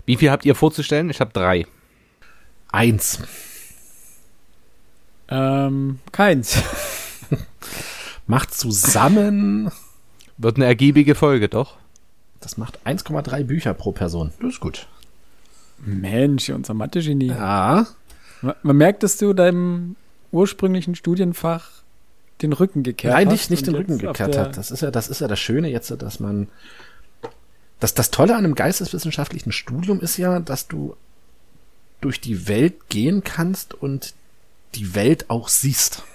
Wie viel habt ihr vorzustellen? Ich habe 3. 1. Keins. Macht zusammen... Wird eine ergiebige Folge, doch? Das macht 1,3 Bücher pro Person. Das ist gut. Mensch, unser Mathe-Genie. Ja. Man merkt, dass du deinem ursprünglichen Studienfach den Rücken gekehrt Nein, hast. nicht den Rücken gekehrt hat. Das ist ja das Schöne jetzt, dass man... Das Tolle an einem geisteswissenschaftlichen Studium ist ja, dass du durch die Welt gehen kannst und die Welt auch siehst.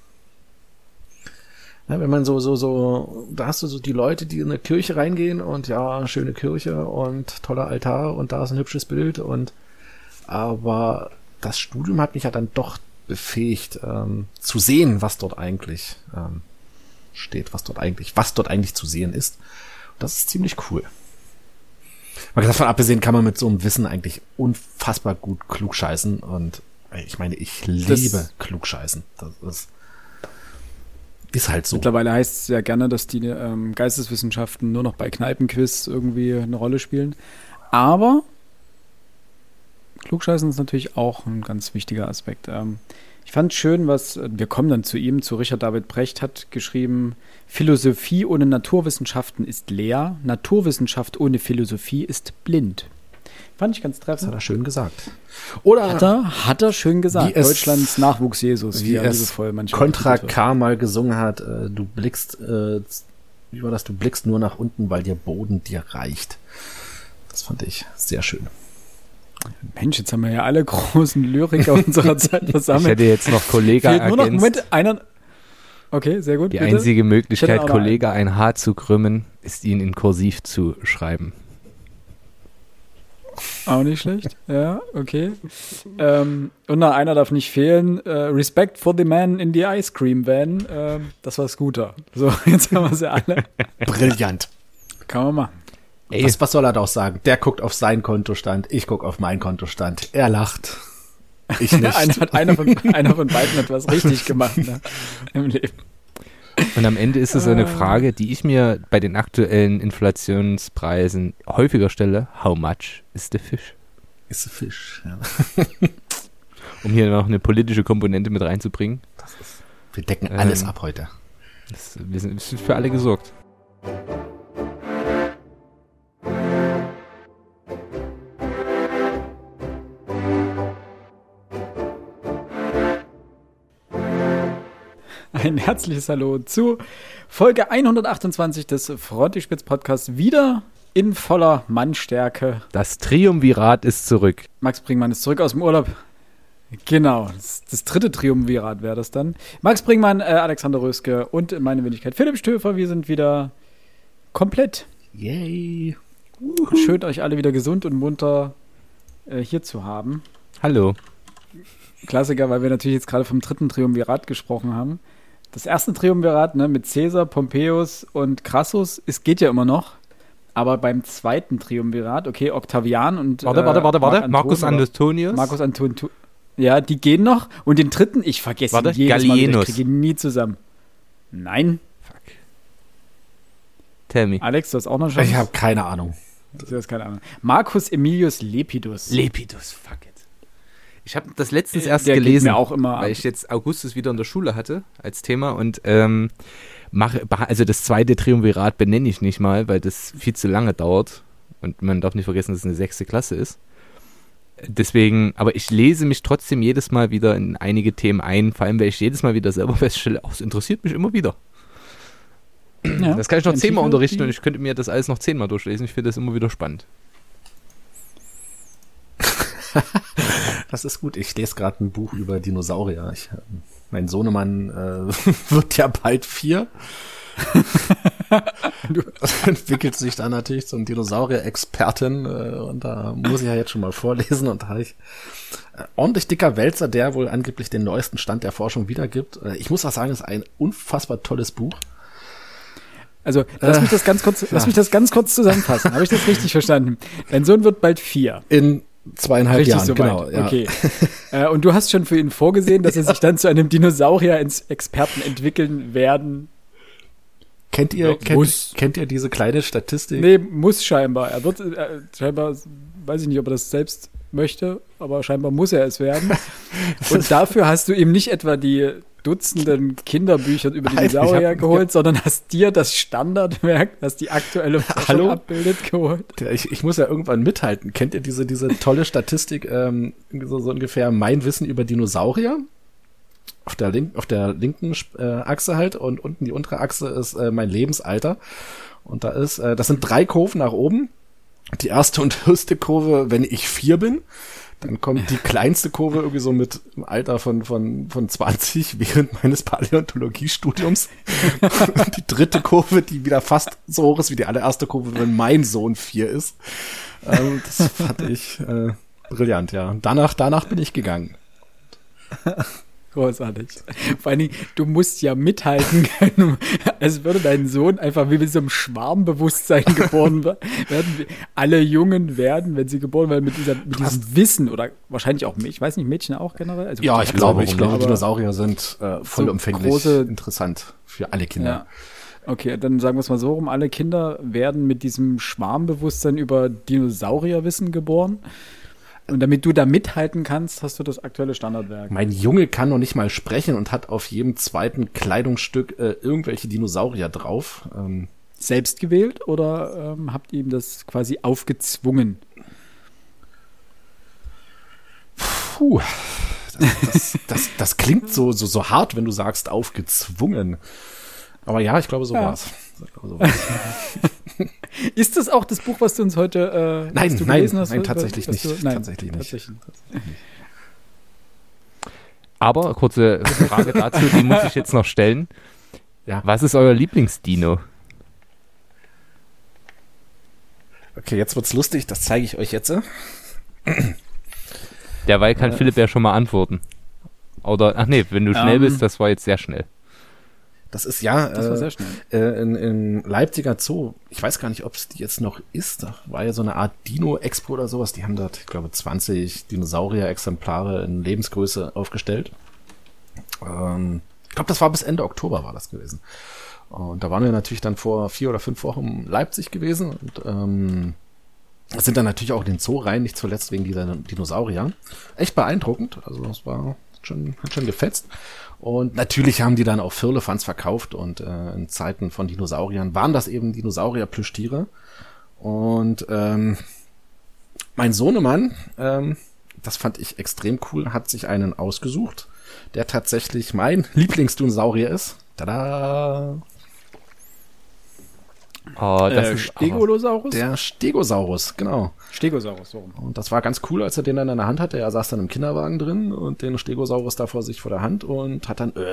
Ja, wenn man da hast du so die Leute, die in eine Kirche reingehen und ja, schöne Kirche und toller Altar und da ist ein hübsches Bild aber das Studium hat mich ja dann doch befähigt, zu sehen, was dort eigentlich steht, was dort eigentlich zu sehen ist. Und das ist ziemlich cool. Mal davon abgesehen kann man mit so einem Wissen eigentlich unfassbar gut klugscheißen und ich meine, ich liebe Klugscheißen. Das ist halt so. Mittlerweile heißt es ja gerne, dass die Geisteswissenschaften nur noch bei Kneipenquiz irgendwie eine Rolle spielen. Aber Klugscheißen ist natürlich auch ein ganz wichtiger Aspekt. Ich fand schön, wir kommen dann zu Richard David Brecht hat geschrieben, Philosophie ohne Naturwissenschaften ist leer, Naturwissenschaft ohne Philosophie ist blind. Fand ich ganz treffend. Das hat er schön gesagt. Oder hat er schön gesagt. Deutschlands Nachwuchs Jesus, wie es Contra K mal gesungen hat, du blickst nur nach unten, weil der Boden dir reicht. Das fand ich sehr schön. Mensch, jetzt haben wir ja alle großen Lyriker unserer Zeit versammelt. Ich hätte jetzt noch Kollege ergänzt. Fehlt nur noch, Moment, einer... Okay, sehr gut. Die einzige Möglichkeit, Kollege ein Haar zu krümmen, ist ihn in Kursiv zu schreiben. Auch nicht schlecht. Ja, okay. Und noch einer darf nicht fehlen. Respect for the man in the ice cream van. Das war Scooter. So, jetzt haben wir sie alle. Brillant. Kann man machen. Ey. Was soll er da auch sagen? Der guckt auf seinen Kontostand, ich guck auf meinen Kontostand. Er lacht. Ich nicht. einer von beiden hat was richtig gemacht, ne? Im Leben. Und am Ende ist es eine Frage, die ich mir bei den aktuellen Inflationspreisen häufiger stelle. How much is the fish? Is the fish, ja. Um hier noch eine politische Komponente mit reinzubringen. Wir decken alles ab heute. Wir sind für alle gesorgt. Ein herzliches Hallo zu Folge 128 des Frontispitz-Podcasts, wieder in voller Mannstärke. Das Triumvirat ist zurück. Max Bringmann ist zurück aus dem Urlaub. Genau, das dritte Triumvirat wäre das dann. Max Bringmann, Alexander Röske und meine Wenigkeit Philipp Stöfer. Wir sind wieder komplett. Yay. Schön, euch alle wieder gesund und munter hier zu haben. Hallo. Klassiker, weil wir natürlich jetzt gerade vom dritten Triumvirat gesprochen haben. Das erste Triumvirat, ne, mit Caesar, Pompeius und Crassus, es geht ja immer noch. Aber beim zweiten Triumvirat, okay, Octavian und Warte. Marcus Antonius. Ja, die gehen noch. Und den dritten, ich vergesse ihn jedes Mal, ich kriege ihn nie zusammen. Nein. Fuck. Tell me. Alex, du hast auch noch Chance? Ich habe keine Ahnung. Du hast keine Ahnung. Marcus Aemilius Lepidus. Fuck it. Ich habe das letztens erst gelesen, mir auch immer weil ich jetzt Augustus wieder in der Schule hatte als Thema und also das zweite Triumvirat benenne ich nicht mal, weil das viel zu lange dauert und man darf nicht vergessen, dass es eine 6. Klasse ist. Deswegen, aber ich lese mich trotzdem jedes Mal wieder in einige Themen ein, vor allem, weil ich jedes Mal wieder selber feststelle, es interessiert mich immer wieder. Ja, das kann ich noch 10-mal unterrichten und ich könnte mir das alles noch 10-mal durchlesen. Ich finde das immer wieder spannend. Das ist gut. Ich lese gerade ein Buch über Dinosaurier. Mein Sohnemann wird ja bald 4. Das entwickelt sich dann natürlich zum Dinosaurier-Experten und da muss ich ja jetzt schon mal vorlesen und da habe ich ordentlich dicker Wälzer, der wohl angeblich den neuesten Stand der Forschung wiedergibt. Ich muss auch sagen, es ist ein unfassbar tolles Buch. Also, lass mich das ganz kurz zusammenfassen. Habe ich das richtig verstanden? Dein Sohn wird bald 4. In 2,5 richtig Jahren, so genau. Ja. Okay. Und du hast schon für ihn vorgesehen, dass er sich dann zu einem Dinosaurier-Experten entwickeln werden Kennt ihr diese kleine Statistik? Nee, muss scheinbar. Er wird scheinbar, weiß ich nicht, ob er das selbst möchte, aber scheinbar muss er es werden. Und dafür hast du ihm nicht etwa die Dutzenden Kinderbücher über Dinosaurier geholt, sondern hast dir das Standardwerk, das die aktuelle Forschung abbildet, geholt. Ich muss ja irgendwann mithalten. Kennt ihr diese tolle Statistik, so ungefähr mein Wissen über Dinosaurier? Auf der linken Achse halt und unten die untere Achse ist mein Lebensalter. Und das sind 3 Kurven nach oben. Die erste und höchste Kurve, wenn ich 4 bin. Dann kommt die kleinste Kurve irgendwie so mit im Alter von 20 während meines Paläontologiestudiums. Und die dritte Kurve, die wieder fast so hoch ist wie die allererste Kurve, wenn mein Sohn 4 ist. Das fand ich brillant, ja. Und danach bin ich gegangen. Großartig. Vor allen Dingen, du musst ja mithalten können, als würde dein Sohn einfach wie mit so einem Schwarmbewusstsein geboren werden. Alle Jungen werden, wenn sie geboren werden, mit diesem Wissen oder wahrscheinlich auch, ich weiß nicht, Mädchen auch generell? Also, ja, ich glaube, Dinosaurier sind vollumfänglich interessant für alle Kinder. Ja. Okay, dann sagen wir es mal so rum, alle Kinder werden mit diesem Schwarmbewusstsein über Dinosaurierwissen geboren. Und damit du da mithalten kannst, hast du das aktuelle Standardwerk. Mein Junge kann noch nicht mal sprechen und hat auf jedem zweiten Kleidungsstück irgendwelche Dinosaurier drauf. Selbst gewählt oder habt ihr ihm das quasi aufgezwungen? Puh, das klingt so hart, wenn du sagst aufgezwungen. Aber ja, ich glaube, so war's. Ist das auch das Buch, was du uns heute gelesen hast? Nein, tatsächlich nicht. Tatsächlich nicht. Aber, kurze Frage dazu, die muss ich jetzt noch stellen. Ja. Was ist euer Lieblingsdino? Okay, jetzt wird's lustig, das zeige ich euch jetzt. Derweil kann Philipp ja schon mal antworten. Oder, ach nee, wenn du schnell bist, das war jetzt sehr schnell. Das ist ja das war sehr schnell. in Leipziger Zoo. Ich weiß gar nicht, ob es die jetzt noch ist. Da war ja so eine Art Dino-Expo oder sowas. Die haben dort, ich glaube, 20 Dinosaurier-Exemplare in Lebensgröße aufgestellt. Ich glaube, das war bis Ende Oktober war das gewesen. Und da waren wir natürlich dann vor 4 oder 5 Wochen in Leipzig gewesen und sind dann natürlich auch in den Zoo rein, nicht zuletzt wegen dieser Dinosaurier. Echt beeindruckend. Also das hat schon gefetzt. Und natürlich haben die dann auch Firlefanz verkauft und in Zeiten von Dinosauriern waren das eben Dinosaurier-Plüschtiere. Und mein Sohnemann, das fand ich extrem cool, hat sich einen ausgesucht, der tatsächlich mein Lieblingsdinosaurier ist. Tada! Oh, das ist Stegolosaurus? Der Stegosaurus, genau. Stegosaurus, so. Und das war ganz cool, als er den dann in der Hand hatte. Er saß dann im Kinderwagen drin und den Stegosaurus da vor der Hand und hat dann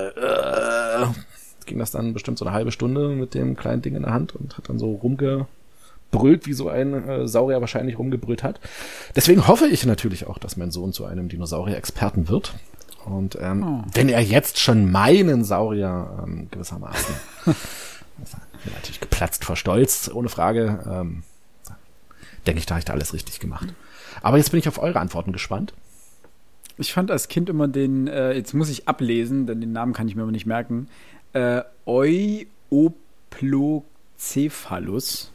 ging das dann bestimmt so eine halbe Stunde mit dem kleinen Ding in der Hand und hat dann so rumgebrüllt, wie so ein Saurier wahrscheinlich rumgebrüllt hat. Deswegen hoffe ich natürlich auch, dass mein Sohn zu einem Dinosaurier-Experten wird. Und wenn er jetzt schon meinen Saurier gewissermaßen bin natürlich geplatzt vor Stolz, ohne Frage. Denke ich, da habe ich da alles richtig gemacht. Aber jetzt bin ich auf eure Antworten gespannt. Ich fand als Kind immer jetzt muss ich ablesen, denn den Namen kann ich mir aber nicht merken, Euplocephalus.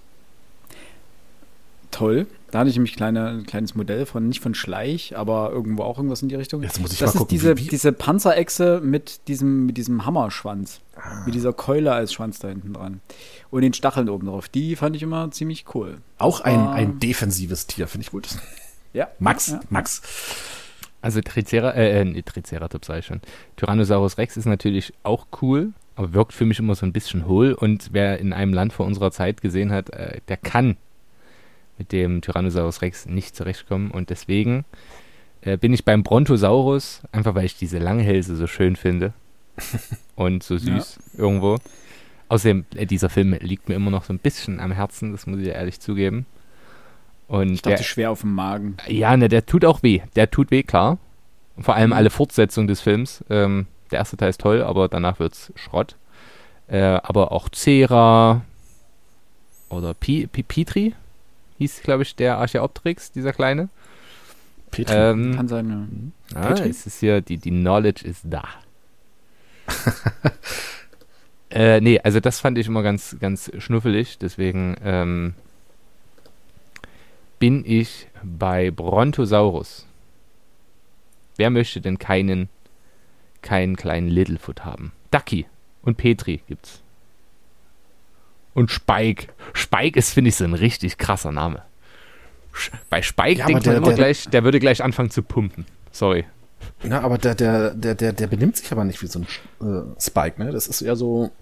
Toll. Da hatte ich nämlich ein kleines Modell von, nicht von Schleich, aber irgendwo auch irgendwas in die Richtung. Jetzt muss ich das mal ist gucken, diese Panzerechse mit diesem Hammerschwanz. Mit dieser Keule als Schwanz da hinten dran. Und den Stacheln oben drauf. Die fand ich immer ziemlich cool. Auch ein defensives Tier, finde ich gut. Ja. Max. Also Triceratops sage ich schon. Tyrannosaurus Rex ist natürlich auch cool, aber wirkt für mich immer so ein bisschen hohl. Und wer in einem Land vor unserer Zeit gesehen hat, der kann mit dem Tyrannosaurus Rex nicht zurechtkommen. Und deswegen bin ich beim Brontosaurus, einfach weil ich diese Langhälse so schön finde. Und so süß irgendwo. Außerdem, dieser Film liegt mir immer noch so ein bisschen am Herzen, das muss ich ja ehrlich zugeben. Und ich dachte, schwer auf dem Magen. Ja, ne, der tut auch weh. Der tut weh, klar. Vor allem alle Fortsetzungen des Films. Der erste Teil ist toll, aber danach wird's Schrott. Aber auch Cera oder Petri hieß, glaube ich, der Archaeopteryx, dieser kleine. Petri, kann sein, ja. Es ist hier, die Knowledge ist da. Nee, also das fand ich immer ganz, ganz schnuffelig, deswegen bin ich bei Brontosaurus. Wer möchte denn keinen kleinen Littlefoot haben? Ducky und Petri gibt's. Und Spike. Spike ist, finde ich, so ein richtig krasser Name. Bei Spike denkt man immer gleich, der würde gleich anfangen zu pumpen. Sorry. Na, aber der benimmt sich aber nicht wie so ein Spike, ne? Das ist eher so.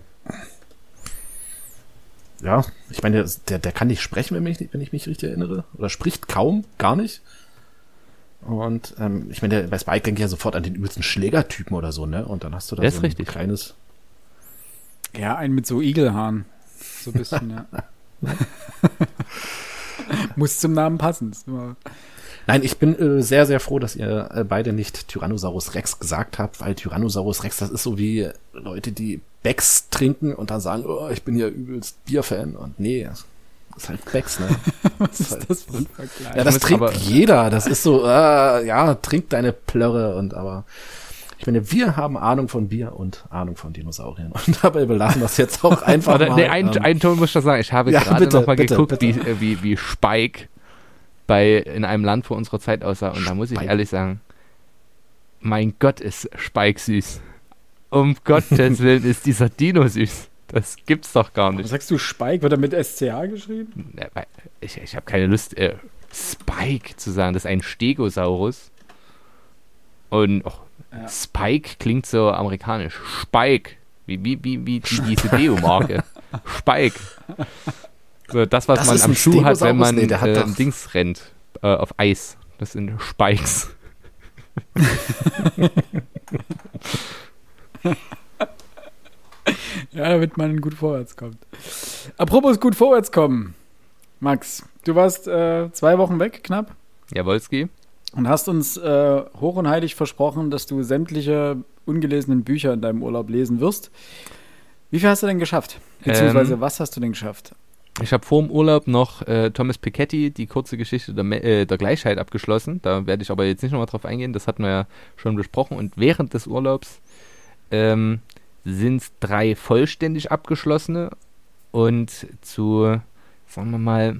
Ja, ich meine, der kann nicht sprechen, wenn ich mich richtig erinnere. Oder spricht kaum, gar nicht. Und ich meine, bei Spike denke ich ja sofort an den übelsten Schlägertypen oder so, ne? Und dann hast du da so ein kleines. Ja, einen mit so Igelhaaren. So ein bisschen, ja. Muss zum Namen passen. Nein, ich bin sehr, sehr froh, dass ihr beide nicht Tyrannosaurus Rex gesagt habt, weil Tyrannosaurus Rex, das ist so wie Leute, die Becks trinken und dann sagen, oh, ich bin ja übelst Bierfan. Und nee, das ist halt Becks, ne? Was ist das für ein Vergleich? Ja, das trinkt jeder. Das ist so, ja, trink deine Plörre. Und aber, ich meine, wir haben Ahnung von Bier und Ahnung von Dinosauriern. Und dabei belassen wir es jetzt auch einfach mal. Nee, einen Ton muss ich doch sagen. Ich habe gerade noch mal geguckt, wie Spike in einem Land vor unserer Zeit aussah. Und da muss ich ehrlich sagen, mein Gott, ist Spike süß. Um Gottes Willen ist dieser Dino süß. Das gibt's doch gar nicht. Was sagst du, Spike? Wird er mit SCH geschrieben? Ich habe keine Lust, Spike zu sagen. Das ist ein Stegosaurus. Und Spike klingt so amerikanisch. Spike. Wie diese Deo-Marke. Spike. So, das, was man am Schuh hat, wenn man Dings rennt. Auf Eis. Das sind Spikes. Ja, damit man gut vorwärts kommt. Apropos gut vorwärts kommen. Max, du warst 2 Wochen weg, knapp. Jawolski. Und hast uns hoch und heilig versprochen, dass du sämtliche ungelesenen Bücher in deinem Urlaub lesen wirst. Wie viel hast du denn geschafft? Beziehungsweise was hast du denn geschafft? Ich habe vor dem Urlaub noch Thomas Piketty, die kurze Geschichte der Gleichheit, abgeschlossen. Da werde ich aber jetzt nicht nochmal drauf eingehen, das hatten wir ja schon besprochen. Und während des Urlaubs sind es 3 vollständig abgeschlossene und zu, sagen wir mal,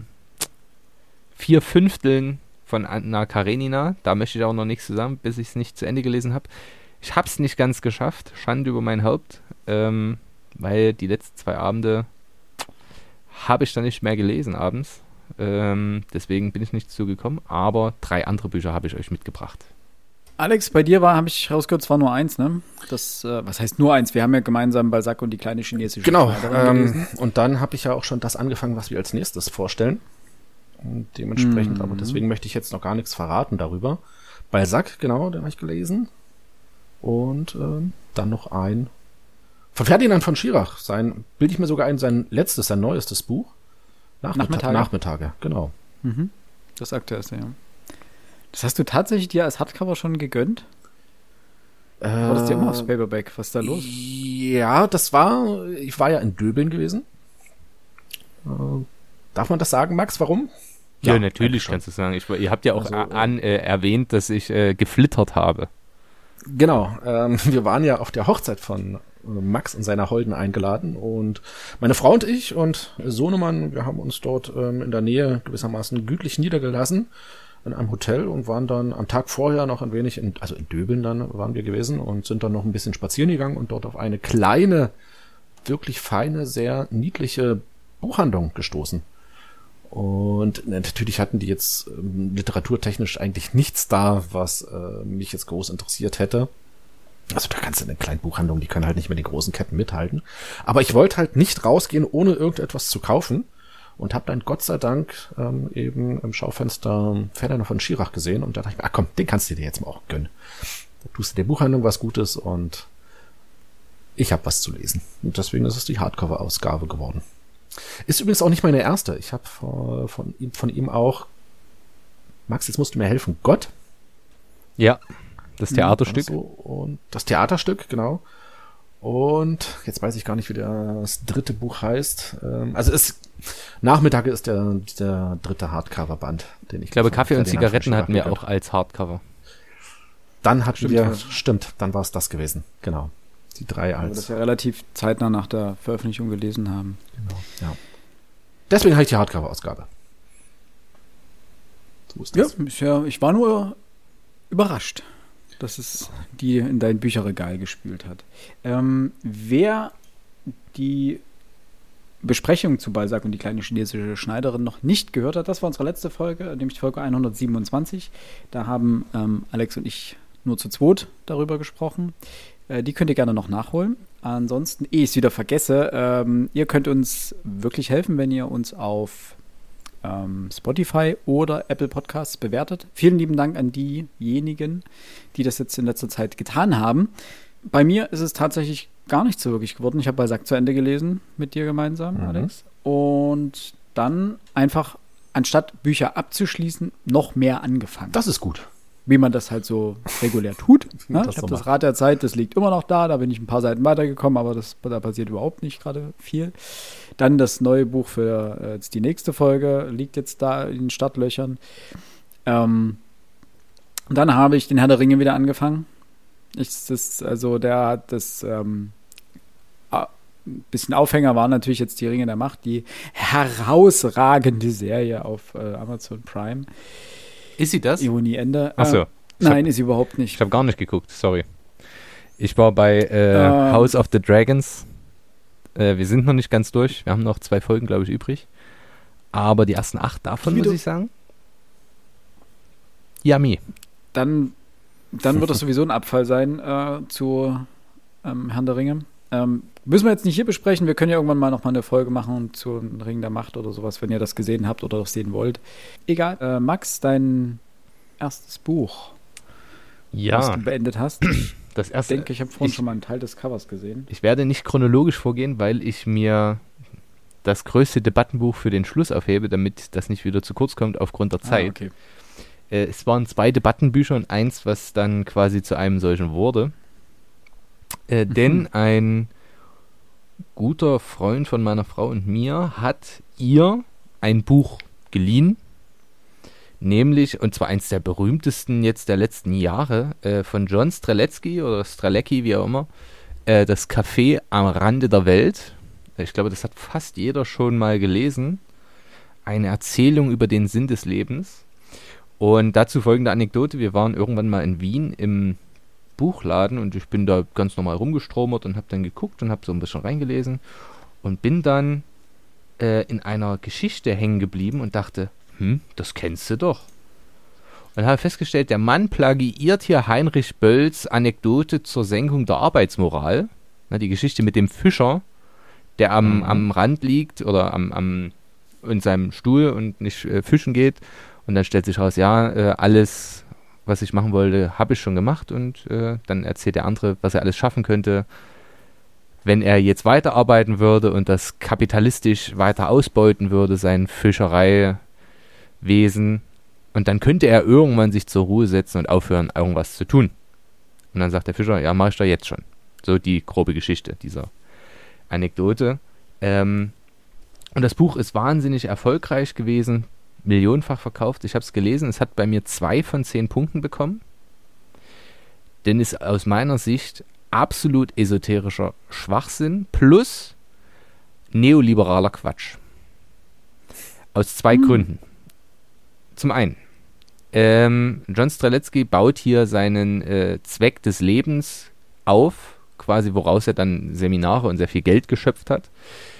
4/5 von Anna Karenina. Da möchte ich auch noch nichts zusammen, bis ich es nicht zu Ende gelesen habe. Ich habe es nicht ganz geschafft, Schande über mein Haupt, weil die letzten 2 Abende habe ich dann nicht mehr gelesen abends. Deswegen bin ich nicht dazu gekommen, aber 3 andere Bücher habe ich euch mitgebracht. Alex, bei dir habe ich rausgehört, es war nur 1, ne? Das, was heißt nur 1? Wir haben ja gemeinsam Balzac und die kleine chinesische. Genau, und dann habe ich ja auch schon das angefangen, was wir als nächstes vorstellen. Und dementsprechend, aber deswegen möchte ich jetzt noch gar nichts verraten darüber. Balzac, genau, den habe ich gelesen. Und dann noch ein von Ferdinand von Schirach, bilde ich mir sogar ein, sein neuestes Buch. Nachmittage, genau. Mhm. Das aktuellste, ja. Das hast du tatsächlich dir als Hardcover schon gegönnt? War das dir immer aufs Paperback? Was ist da los? Ja, ich war ja in Döbeln gewesen. Darf man das sagen, Max? Warum? Ja, natürlich kannst du sagen. Ihr habt ja auch erwähnt, dass ich geflittert habe. Genau, wir waren ja auf der Hochzeit von Max und seiner Holden eingeladen und meine Frau und ich und Sohnemann, wir haben uns dort in der Nähe gewissermaßen gütlich niedergelassen in einem Hotel und waren dann am Tag vorher noch ein wenig in Döbeln dann waren wir gewesen und sind dann noch ein bisschen spazieren gegangen und dort auf eine kleine, wirklich feine, sehr niedliche Buchhandlung gestoßen. Und natürlich hatten die jetzt literaturtechnisch eigentlich nichts da, was mich jetzt groß interessiert hätte. Also da kannst du in einer kleinen Buchhandlung, die können halt nicht mit den großen Ketten mithalten. Aber ich wollte halt nicht rausgehen, ohne irgendetwas zu kaufen. Und habe dann Gott sei Dank eben im Schaufenster Ferdinand von Schirach gesehen. Und da dachte ich mir, komm, den kannst du dir jetzt mal auch gönnen. Da tust du der Buchhandlung was Gutes und ich habe was zu lesen. Und deswegen ist es die Hardcover-Ausgabe geworden. Ist übrigens auch nicht meine erste. Ich habe von ihm auch, Max, jetzt musst du mir helfen, Gott? Ja, das Theaterstück. So, und das Theaterstück, genau. Und jetzt weiß ich gar nicht, wie das 3. Buch heißt. Nachmittage ist der 3. Hardcover-Band, den ich glaube, Kaffee und Zigaretten hatten wir auch als Hardcover. Dann hatten wir, stimmt, dann war es das gewesen, genau. Die 3 Weil wir als. das ja relativ zeitnah nach der Veröffentlichung gelesen haben. Genau, ja. Deswegen habe ich die Hardcover-Ausgabe. So ist das. Ich war nur überrascht, dass es die in dein Bücherregal gespült hat. Wer die Besprechung zu Balzac und die kleine chinesische Schneiderin noch nicht gehört hat, das war unsere letzte Folge, nämlich Folge 127. Da haben Alex und ich nur zu zweit darüber gesprochen. Die könnt ihr gerne noch nachholen. Ansonsten, ehe ich es wieder vergesse, ihr könnt uns wirklich helfen, wenn ihr uns auf Spotify oder Apple Podcasts bewertet. Vielen lieben Dank an diejenigen, die das jetzt in letzter Zeit getan haben. Bei mir ist es tatsächlich gar nicht so wirklich geworden. Ich habe Balzac zu Ende gelesen mit dir gemeinsam, Alex. Und dann einfach, anstatt Bücher abzuschließen, noch mehr angefangen. Das ist gut. Wie man das halt so regulär tut. Ne? Das Ich habe so das Rad der Zeit, das liegt immer noch da bin ich ein paar Seiten weitergekommen, aber da passiert überhaupt nicht gerade viel. Dann das neue Buch für jetzt die nächste Folge liegt jetzt da in den Startlöchern. Dann habe ich den Herr der Ringe wieder angefangen. Der hat das bisschen Aufhänger war natürlich jetzt die Ringe der Macht, die herausragende Serie auf Amazon Prime. Ist sie das? Ironie Ende. Achso. Nein, ist sie überhaupt nicht. Ich habe gar nicht geguckt, sorry. Ich war bei House of the Dragons. Wir sind noch nicht ganz durch. Wir haben noch 2 Folgen, glaube ich, übrig. Aber die ersten 8 davon, muss ich sagen. Yummy. Dann wird das sowieso ein Abfall sein zu Herrn der Ringe. Müssen wir jetzt nicht hier besprechen. Wir können ja irgendwann mal nochmal eine Folge machen zu Ring der Macht oder sowas, wenn ihr das gesehen habt oder das sehen wollt. Egal. Max, dein erstes Buch, was du beendet hast. Das erste, ich denke, ich habe vorhin schon mal einen Teil des Covers gesehen. Ich werde nicht chronologisch vorgehen, weil ich mir das größte Debattenbuch für den Schluss aufhebe, damit das nicht wieder zu kurz kommt aufgrund der Zeit. Okay. Es waren 2 Debattenbücher und eins, was dann quasi zu einem solchen wurde. Denn ein guter Freund von meiner Frau und mir hat ihr ein Buch geliehen, nämlich, und zwar eins der berühmtesten jetzt der letzten Jahre, von John Strelecky oder Strelecki, wie auch immer, das Café am Rande der Welt. Ich glaube, das hat fast jeder schon mal gelesen. Eine Erzählung über den Sinn des Lebens. Und dazu folgende Anekdote. Wir waren irgendwann mal in Wien im Buchladen und ich bin da ganz normal rumgestromert und habe dann geguckt und habe so ein bisschen reingelesen und bin dann in einer Geschichte hängen geblieben und dachte, das kennst du doch. Und habe festgestellt, der Mann plagiiert hier Heinrich Bölls Anekdote zur Senkung der Arbeitsmoral. Na, die Geschichte mit dem Fischer, der am Rand liegt oder in seinem Stuhl und nicht fischen geht. Und dann stellt sich raus, alles, was ich machen wollte, habe ich schon gemacht. Und dann erzählt der andere, was er alles schaffen könnte, wenn er jetzt weiterarbeiten würde und das kapitalistisch weiter ausbeuten würde, sein Fischereiwesen. Und dann könnte er irgendwann sich zur Ruhe setzen und aufhören, irgendwas zu tun. Und dann sagt der Fischer, ja, mache ich doch jetzt schon. So die grobe Geschichte dieser Anekdote. Und das Buch ist wahnsinnig erfolgreich gewesen, millionenfach verkauft. Ich habe es gelesen, es hat bei mir 2 von 10 Punkten bekommen. Denn es ist aus meiner Sicht absolut esoterischer Schwachsinn plus neoliberaler Quatsch. Aus 2 Gründen. Zum einen, John Strelecky baut hier seinen Zweck des Lebens auf, quasi woraus er dann Seminare und sehr viel Geld geschöpft hat.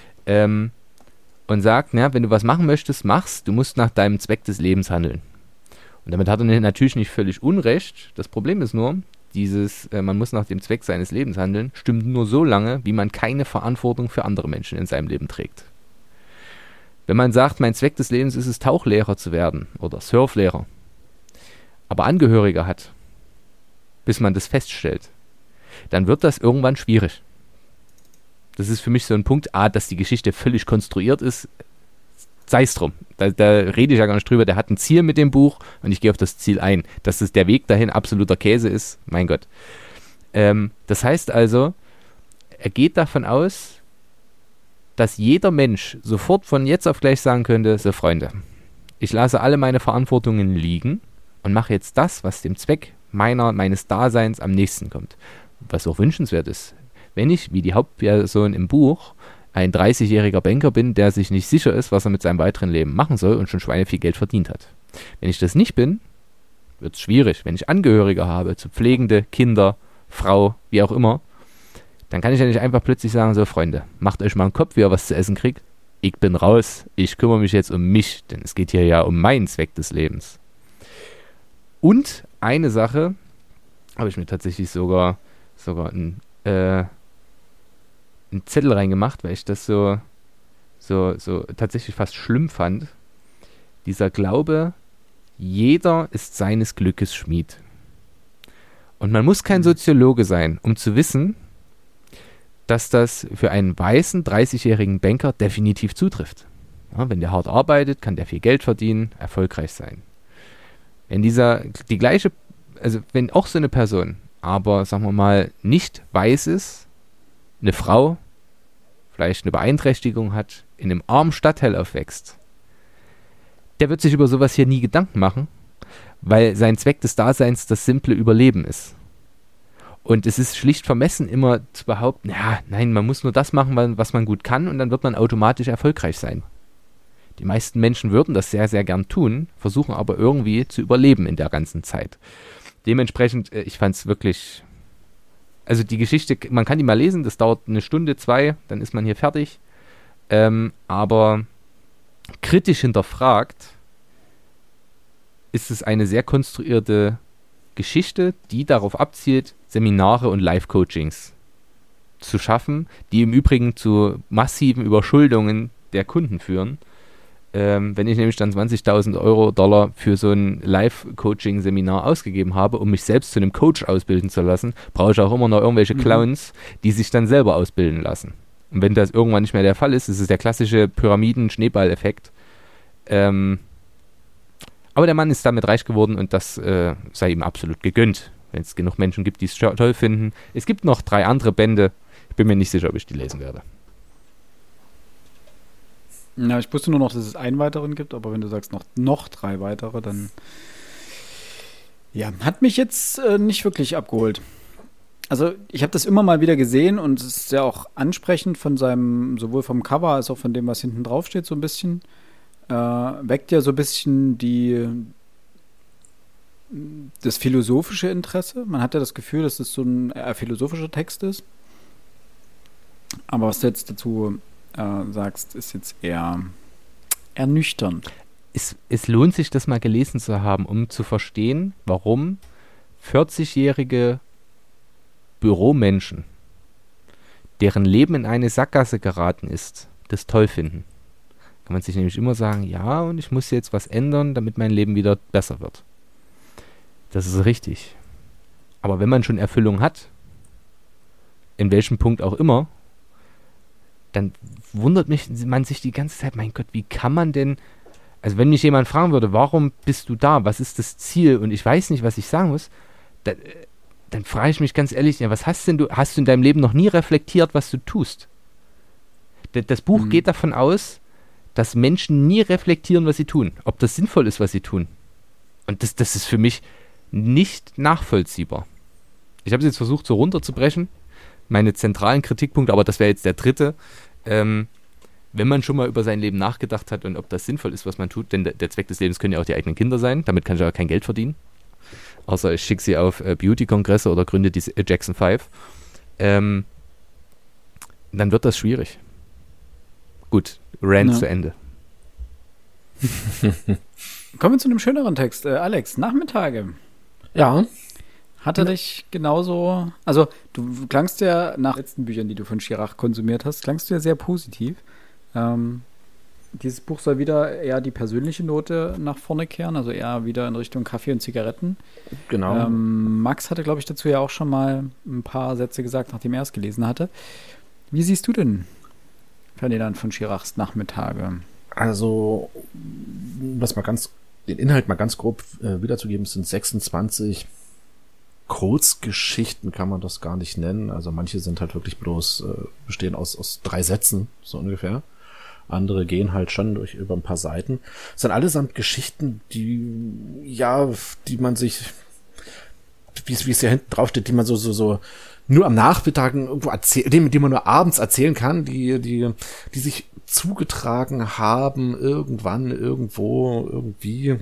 Und sagt, wenn du was machen möchtest, mach's, du musst nach deinem Zweck des Lebens handeln. Und damit hat er natürlich nicht völlig Unrecht. Das Problem ist nur, man muss nach dem Zweck seines Lebens handeln, stimmt nur so lange, wie man keine Verantwortung für andere Menschen in seinem Leben trägt. Wenn man sagt, mein Zweck des Lebens ist es, Tauchlehrer zu werden oder Surflehrer, aber Angehörige hat, bis man das feststellt, dann wird das irgendwann schwierig. Das ist für mich so ein Punkt, dass die Geschichte völlig konstruiert ist, sei es drum. Da rede ich ja gar nicht drüber, der hat ein Ziel mit dem Buch und ich gehe auf das Ziel ein. Dass es der Weg dahin absoluter Käse ist, mein Gott. Das heißt also, er geht davon aus, dass jeder Mensch sofort von jetzt auf gleich sagen könnte, so Freunde, ich lasse alle meine Verantwortungen liegen und mache jetzt das, was dem Zweck meines Daseins am nächsten kommt. Was auch wünschenswert ist. wenn ich, wie die Hauptperson im Buch, ein 30-jähriger Banker bin, der sich nicht sicher ist, was er mit seinem weiteren Leben machen soll und schon schweineviel Geld verdient hat. Wenn ich das nicht bin, wird es schwierig. Wenn ich Angehörige habe, zu Pflegende, Kinder, Frau, wie auch immer, dann kann ich ja nicht einfach plötzlich sagen, so Freunde, macht euch mal einen Kopf, wie ihr was zu essen kriegt. Ich bin raus, ich kümmere mich jetzt um mich, denn es geht hier ja um meinen Zweck des Lebens. Und eine Sache habe ich mir tatsächlich sogar einen Zettel reingemacht, weil ich das so tatsächlich fast schlimm fand. Dieser Glaube, jeder ist seines Glückes Schmied. Und man muss kein Soziologe sein, um zu wissen, dass das für einen weißen 30-jährigen Banker definitiv zutrifft. Ja, wenn der hart arbeitet, kann der viel Geld verdienen, erfolgreich sein. Wenn wenn auch so eine Person, aber sagen wir mal nicht weiß ist, eine Frau, vielleicht eine Beeinträchtigung hat, in einem armen Stadtteil aufwächst, der wird sich über sowas hier nie Gedanken machen, weil sein Zweck des Daseins das simple Überleben ist. Und es ist schlicht vermessen, immer zu behaupten, nein, man muss nur das machen, was man gut kann und dann wird man automatisch erfolgreich sein. Die meisten Menschen würden das sehr, sehr gern tun, versuchen aber irgendwie zu überleben in der ganzen Zeit. Dementsprechend, ich fand es wirklich, also die Geschichte, man kann die mal lesen, das dauert 1 Stunde, 2, dann ist man hier fertig. Aber kritisch hinterfragt ist es eine sehr konstruierte Geschichte, die darauf abzielt, Seminare und Live-Coachings zu schaffen, die im Übrigen zu massiven Überschuldungen der Kunden führen. Wenn ich nämlich dann 20.000 Dollar für so ein Live-Coaching-Seminar ausgegeben habe, um mich selbst zu einem Coach ausbilden zu lassen, brauche ich auch immer noch irgendwelche Clowns, die sich dann selber ausbilden lassen. Und wenn das irgendwann nicht mehr der Fall ist, ist es der klassische Pyramiden-Schneeball-Effekt. Aber der Mann ist damit reich geworden und das sei ihm absolut gegönnt, wenn es genug Menschen gibt, die es toll finden. Es gibt noch 3 andere Bände. Ich bin mir nicht sicher, ob ich die lesen werde. Ja, ich wusste nur noch, dass es einen weiteren gibt, aber wenn du sagst noch 3 weitere, dann ja, hat mich jetzt nicht wirklich abgeholt. Also ich habe das immer mal wieder gesehen und es ist ja auch ansprechend von seinem, sowohl vom Cover als auch von dem, was hinten drauf steht, so ein bisschen. Weckt ja so ein bisschen das philosophische Interesse. Man hat ja das Gefühl, dass es so ein philosophischer Text ist. Aber was du jetzt dazu sagst, ist jetzt eher ernüchternd. Es lohnt sich, das mal gelesen zu haben, um zu verstehen, warum 40-jährige Büromenschen, deren Leben in eine Sackgasse geraten ist, das toll finden. Kann man sich nämlich immer sagen, ja, und ich muss jetzt was ändern, damit mein Leben wieder besser wird. Das ist richtig. Aber wenn man schon Erfüllung hat, in welchem Punkt auch immer, dann wundert man sich die ganze Zeit, mein Gott, wie kann man denn, also wenn mich jemand fragen würde, warum bist du da, was ist das Ziel und ich weiß nicht, was ich sagen muss, dann frage ich mich ganz ehrlich, ja, was hast du in deinem Leben noch nie reflektiert, was du tust? Das Buch geht davon aus, dass Menschen nie reflektieren, was sie tun, ob das sinnvoll ist, was sie tun. Und das ist für mich nicht nachvollziehbar. Ich habe es jetzt versucht, so runterzubrechen, meine zentralen Kritikpunkte, aber das wäre jetzt der 3. Wenn man schon mal über sein Leben nachgedacht hat und ob das sinnvoll ist, was man tut, denn der Zweck des Lebens können ja auch die eigenen Kinder sein, damit kann ich aber kein Geld verdienen. Außer ich schicke sie auf Beauty-Kongresse oder gründe die Jackson 5. Dann wird das schwierig. Gut, Rant zu Ende. Kommen wir zu einem schöneren Text. Alex, Nachmittage. Ja. Hat er dich genauso, also du klangst ja nach letzten Büchern, die du von Schirach konsumiert hast, klangst du ja sehr positiv. Dieses Buch soll wieder eher die persönliche Note nach vorne kehren, also eher wieder in Richtung Kaffee und Zigaretten. Genau. Max hatte, glaube ich, dazu ja auch schon mal ein paar Sätze gesagt, nachdem er es gelesen hatte. Wie siehst du denn Ferdinand von Schirachs Nachmittage? Also, den Inhalt mal ganz grob wiederzugeben, es sind 26 Kurzgeschichten, kann man das gar nicht nennen. Also manche sind halt wirklich bloß, bestehen aus 3 Sätzen, so ungefähr. Andere gehen halt schon über ein paar Seiten. Es sind allesamt Geschichten, die man sich, wie es hier hinten drauf steht, die man so nur am Nachmittag irgendwo erzählen, die man nur abends erzählen kann, die sich zugetragen haben, irgendwann, irgendwo, irgendwie.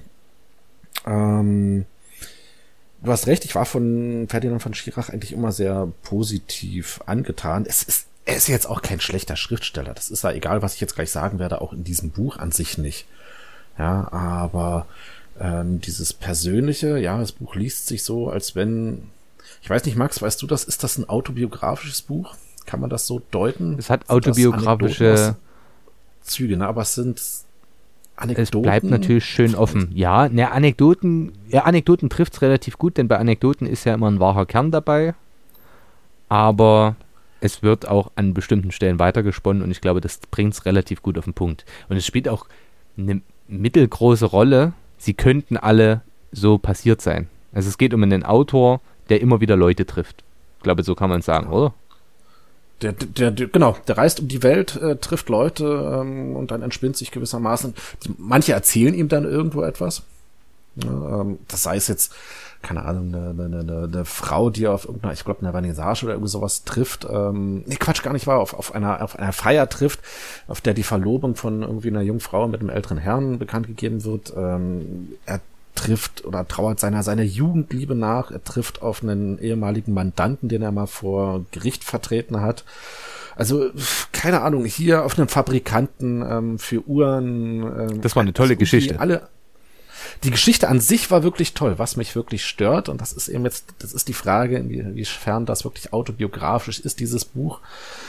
Du hast recht, ich war von Ferdinand von Schirach eigentlich immer sehr positiv angetan. Er ist jetzt auch kein schlechter Schriftsteller. Das ist ja egal, was ich jetzt gleich sagen werde, auch in diesem Buch an sich nicht. Ja, aber dieses Persönliche, ja, das Buch liest sich so, als wenn, ich weiß nicht, Max, weißt du das, ist das ein autobiografisches Buch? Kann man das so deuten? Es hat autobiografische Züge, ne? Aber es sind Anekdoten. Es bleibt natürlich schön offen. Ja, ne, Anekdoten trifft es relativ gut, denn bei Anekdoten ist ja immer ein wahrer Kern dabei. Aber es wird auch an bestimmten Stellen weitergesponnen und ich glaube, das bringt es relativ gut auf den Punkt. Und es spielt auch eine mittelgroße Rolle. Sie könnten alle so passiert sein. Also es geht um einen Autor, der immer wieder Leute trifft. Ich glaube, so kann man es sagen, oder? Genau, der reist um die Welt, trifft Leute und dann entspinnt sich gewissermaßen. Manche erzählen ihm dann irgendwo etwas. Das sei es jetzt, keine Ahnung, eine Frau, die auf irgendeiner, ich glaube, einer Vernissage oder irgendwie sowas trifft. Gar nicht wahr, auf einer Feier trifft, auf der die Verlobung von irgendwie einer jungen Frau mit einem älteren Herrn bekannt gegeben wird. Er trifft oder trauert seiner Jugendliebe nach. Er trifft auf einen ehemaligen Mandanten, den er mal vor Gericht vertreten hat. Also, keine Ahnung, hier auf einem Fabrikanten für Uhren. Das war eine tolle Geschichte. Die Geschichte an sich war wirklich toll. Was mich wirklich stört, und das ist eben jetzt, das ist die Frage, inwiefern das wirklich autobiografisch ist, dieses Buch.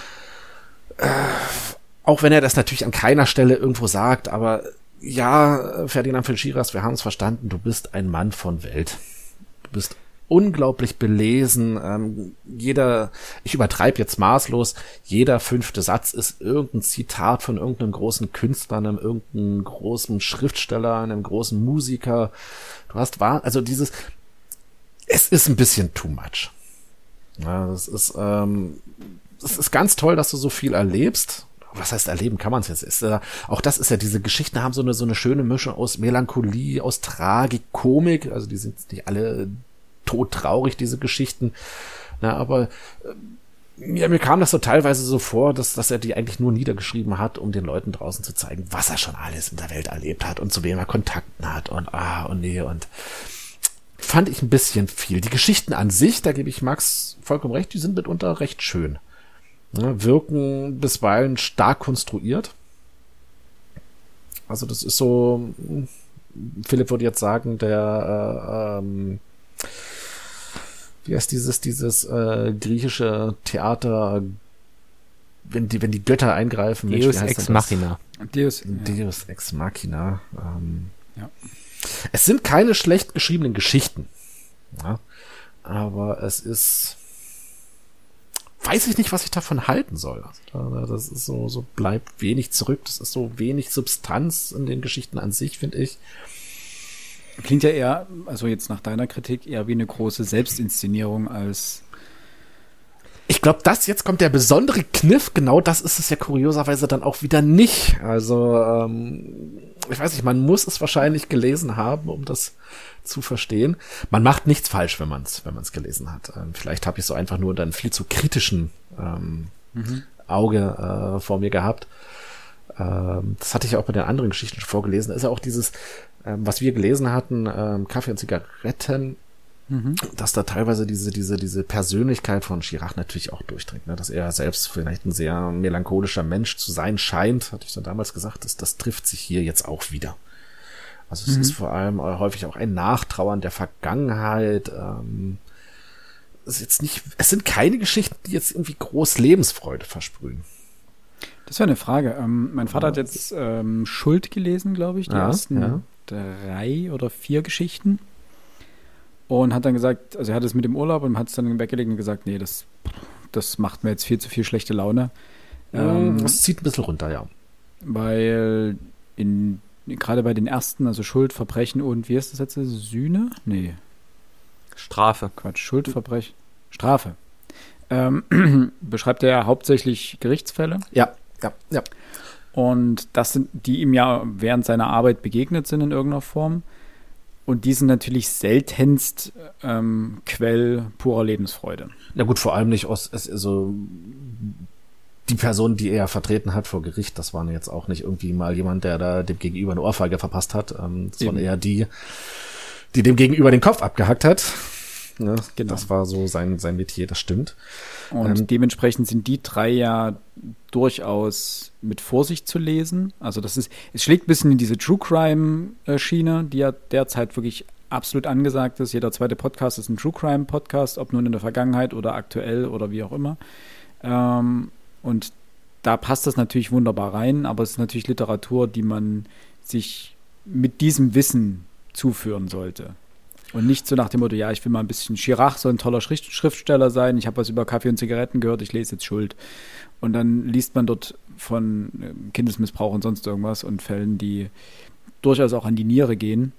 Auch wenn er das natürlich an keiner Stelle irgendwo sagt, aber ja, Ferdinand von Schirach, wir haben es verstanden, du bist ein Mann von Welt. Du bist unglaublich belesen. Ich übertreibe jetzt maßlos, jeder 5. Satz ist irgendein Zitat von irgendeinem großen Künstler, einem irgendeinem großen Schriftsteller, einem großen Musiker. Es ist ein bisschen too much. Ja, es ist ganz toll, dass du so viel erlebst. Was heißt erleben, kann man es jetzt? Auch das ist ja, diese Geschichten haben so eine schöne Mischung aus Melancholie, aus Tragik, Komik. Also die sind nicht alle todtraurig, diese Geschichten. Na, aber mir kam das so teilweise so vor, dass er die eigentlich nur niedergeschrieben hat, um den Leuten draußen zu zeigen, was er schon alles in der Welt erlebt hat und zu wem er Kontakten hat und fand ich ein bisschen viel. Die Geschichten an sich, da gebe ich Max vollkommen recht, die sind mitunter recht schön. Ja, wirken bisweilen stark konstruiert. Also das ist so, Philipp würde jetzt sagen, wie heißt dieses griechische Theater, wenn die Götter eingreifen. Deus Ex Machina. Deus Ex Machina. Ja. Es sind keine schlecht geschriebenen Geschichten. Ja, aber es ist, weiß ich nicht, was ich davon halten soll. Also das ist so bleibt wenig zurück. Das ist so wenig Substanz in den Geschichten an sich, finde ich. Klingt ja eher, also jetzt nach deiner Kritik, eher wie eine große Selbstinszenierung als... Ich glaube, jetzt kommt der besondere Kniff. Genau das ist es ja kurioserweise dann auch wieder nicht. Also, ich weiß nicht, man muss es wahrscheinlich gelesen haben, um das zu verstehen. Man macht nichts falsch, wenn man es gelesen hat. Vielleicht habe ich so einfach nur dann viel zu kritischen Auge vor mir gehabt. Das hatte ich auch bei den anderen Geschichten schon vorgelesen. Da ist ja auch dieses, was wir gelesen hatten, Kaffee und Zigaretten, dass da teilweise diese Persönlichkeit von Schirach natürlich auch durchdringt, ne? Dass er selbst vielleicht ein sehr melancholischer Mensch zu sein scheint, hatte ich dann damals gesagt, das trifft sich hier jetzt auch wieder. Also es ist vor allem häufig auch ein Nachtrauern der Vergangenheit. Es sind keine Geschichten, die jetzt irgendwie groß Lebensfreude versprühen. Das wäre eine Frage. Mein Vater hat jetzt Schuld gelesen, glaube ich, die ersten 3 oder 4 Geschichten. Und hat dann gesagt, also er hat es mit dem Urlaub und hat es dann weggelegt und gesagt, nee, das macht mir jetzt viel zu viel schlechte Laune. Das zieht ein bisschen runter, ja. Weil gerade bei den ersten, also Schuld, Verbrechen und, wie heißt das jetzt? Sühne? Nee. Strafe. Quatsch, Schuld, Verbrechen. Strafe. Beschreibt er hauptsächlich Gerichtsfälle. Ja. Und das sind, die ihm ja während seiner Arbeit begegnet sind in irgendeiner Form. Und die sind natürlich seltenst Quell purer Lebensfreude. Na gut, vor allem nicht also die Person, die er vertreten hat vor Gericht, das waren jetzt auch nicht irgendwie mal jemand, der da dem Gegenüber eine Ohrfeige verpasst hat. Das waren eher die dem Gegenüber den Kopf abgehackt hat. Ja, genau. Das war so sein Metier, das stimmt. Und dementsprechend sind die 3 ja durchaus mit Vorsicht zu lesen. Also es schlägt ein bisschen in diese True Crime Schiene, die ja derzeit wirklich absolut angesagt ist. Jeder zweite Podcast ist ein True Crime Podcast, ob nun in der Vergangenheit oder aktuell oder wie auch immer. Und da passt das natürlich wunderbar rein, aber es ist natürlich Literatur, die man sich mit diesem Wissen zuführen sollte. Und nicht so nach dem Motto, ja, ich will mal ein bisschen Chirac, so ein toller Schriftsteller sein, ich habe was über Kaffee und Zigaretten gehört, ich lese jetzt Schuld. Und dann liest man dort von Kindesmissbrauch und sonst irgendwas und Fällen, die durchaus auch an die Niere gehen.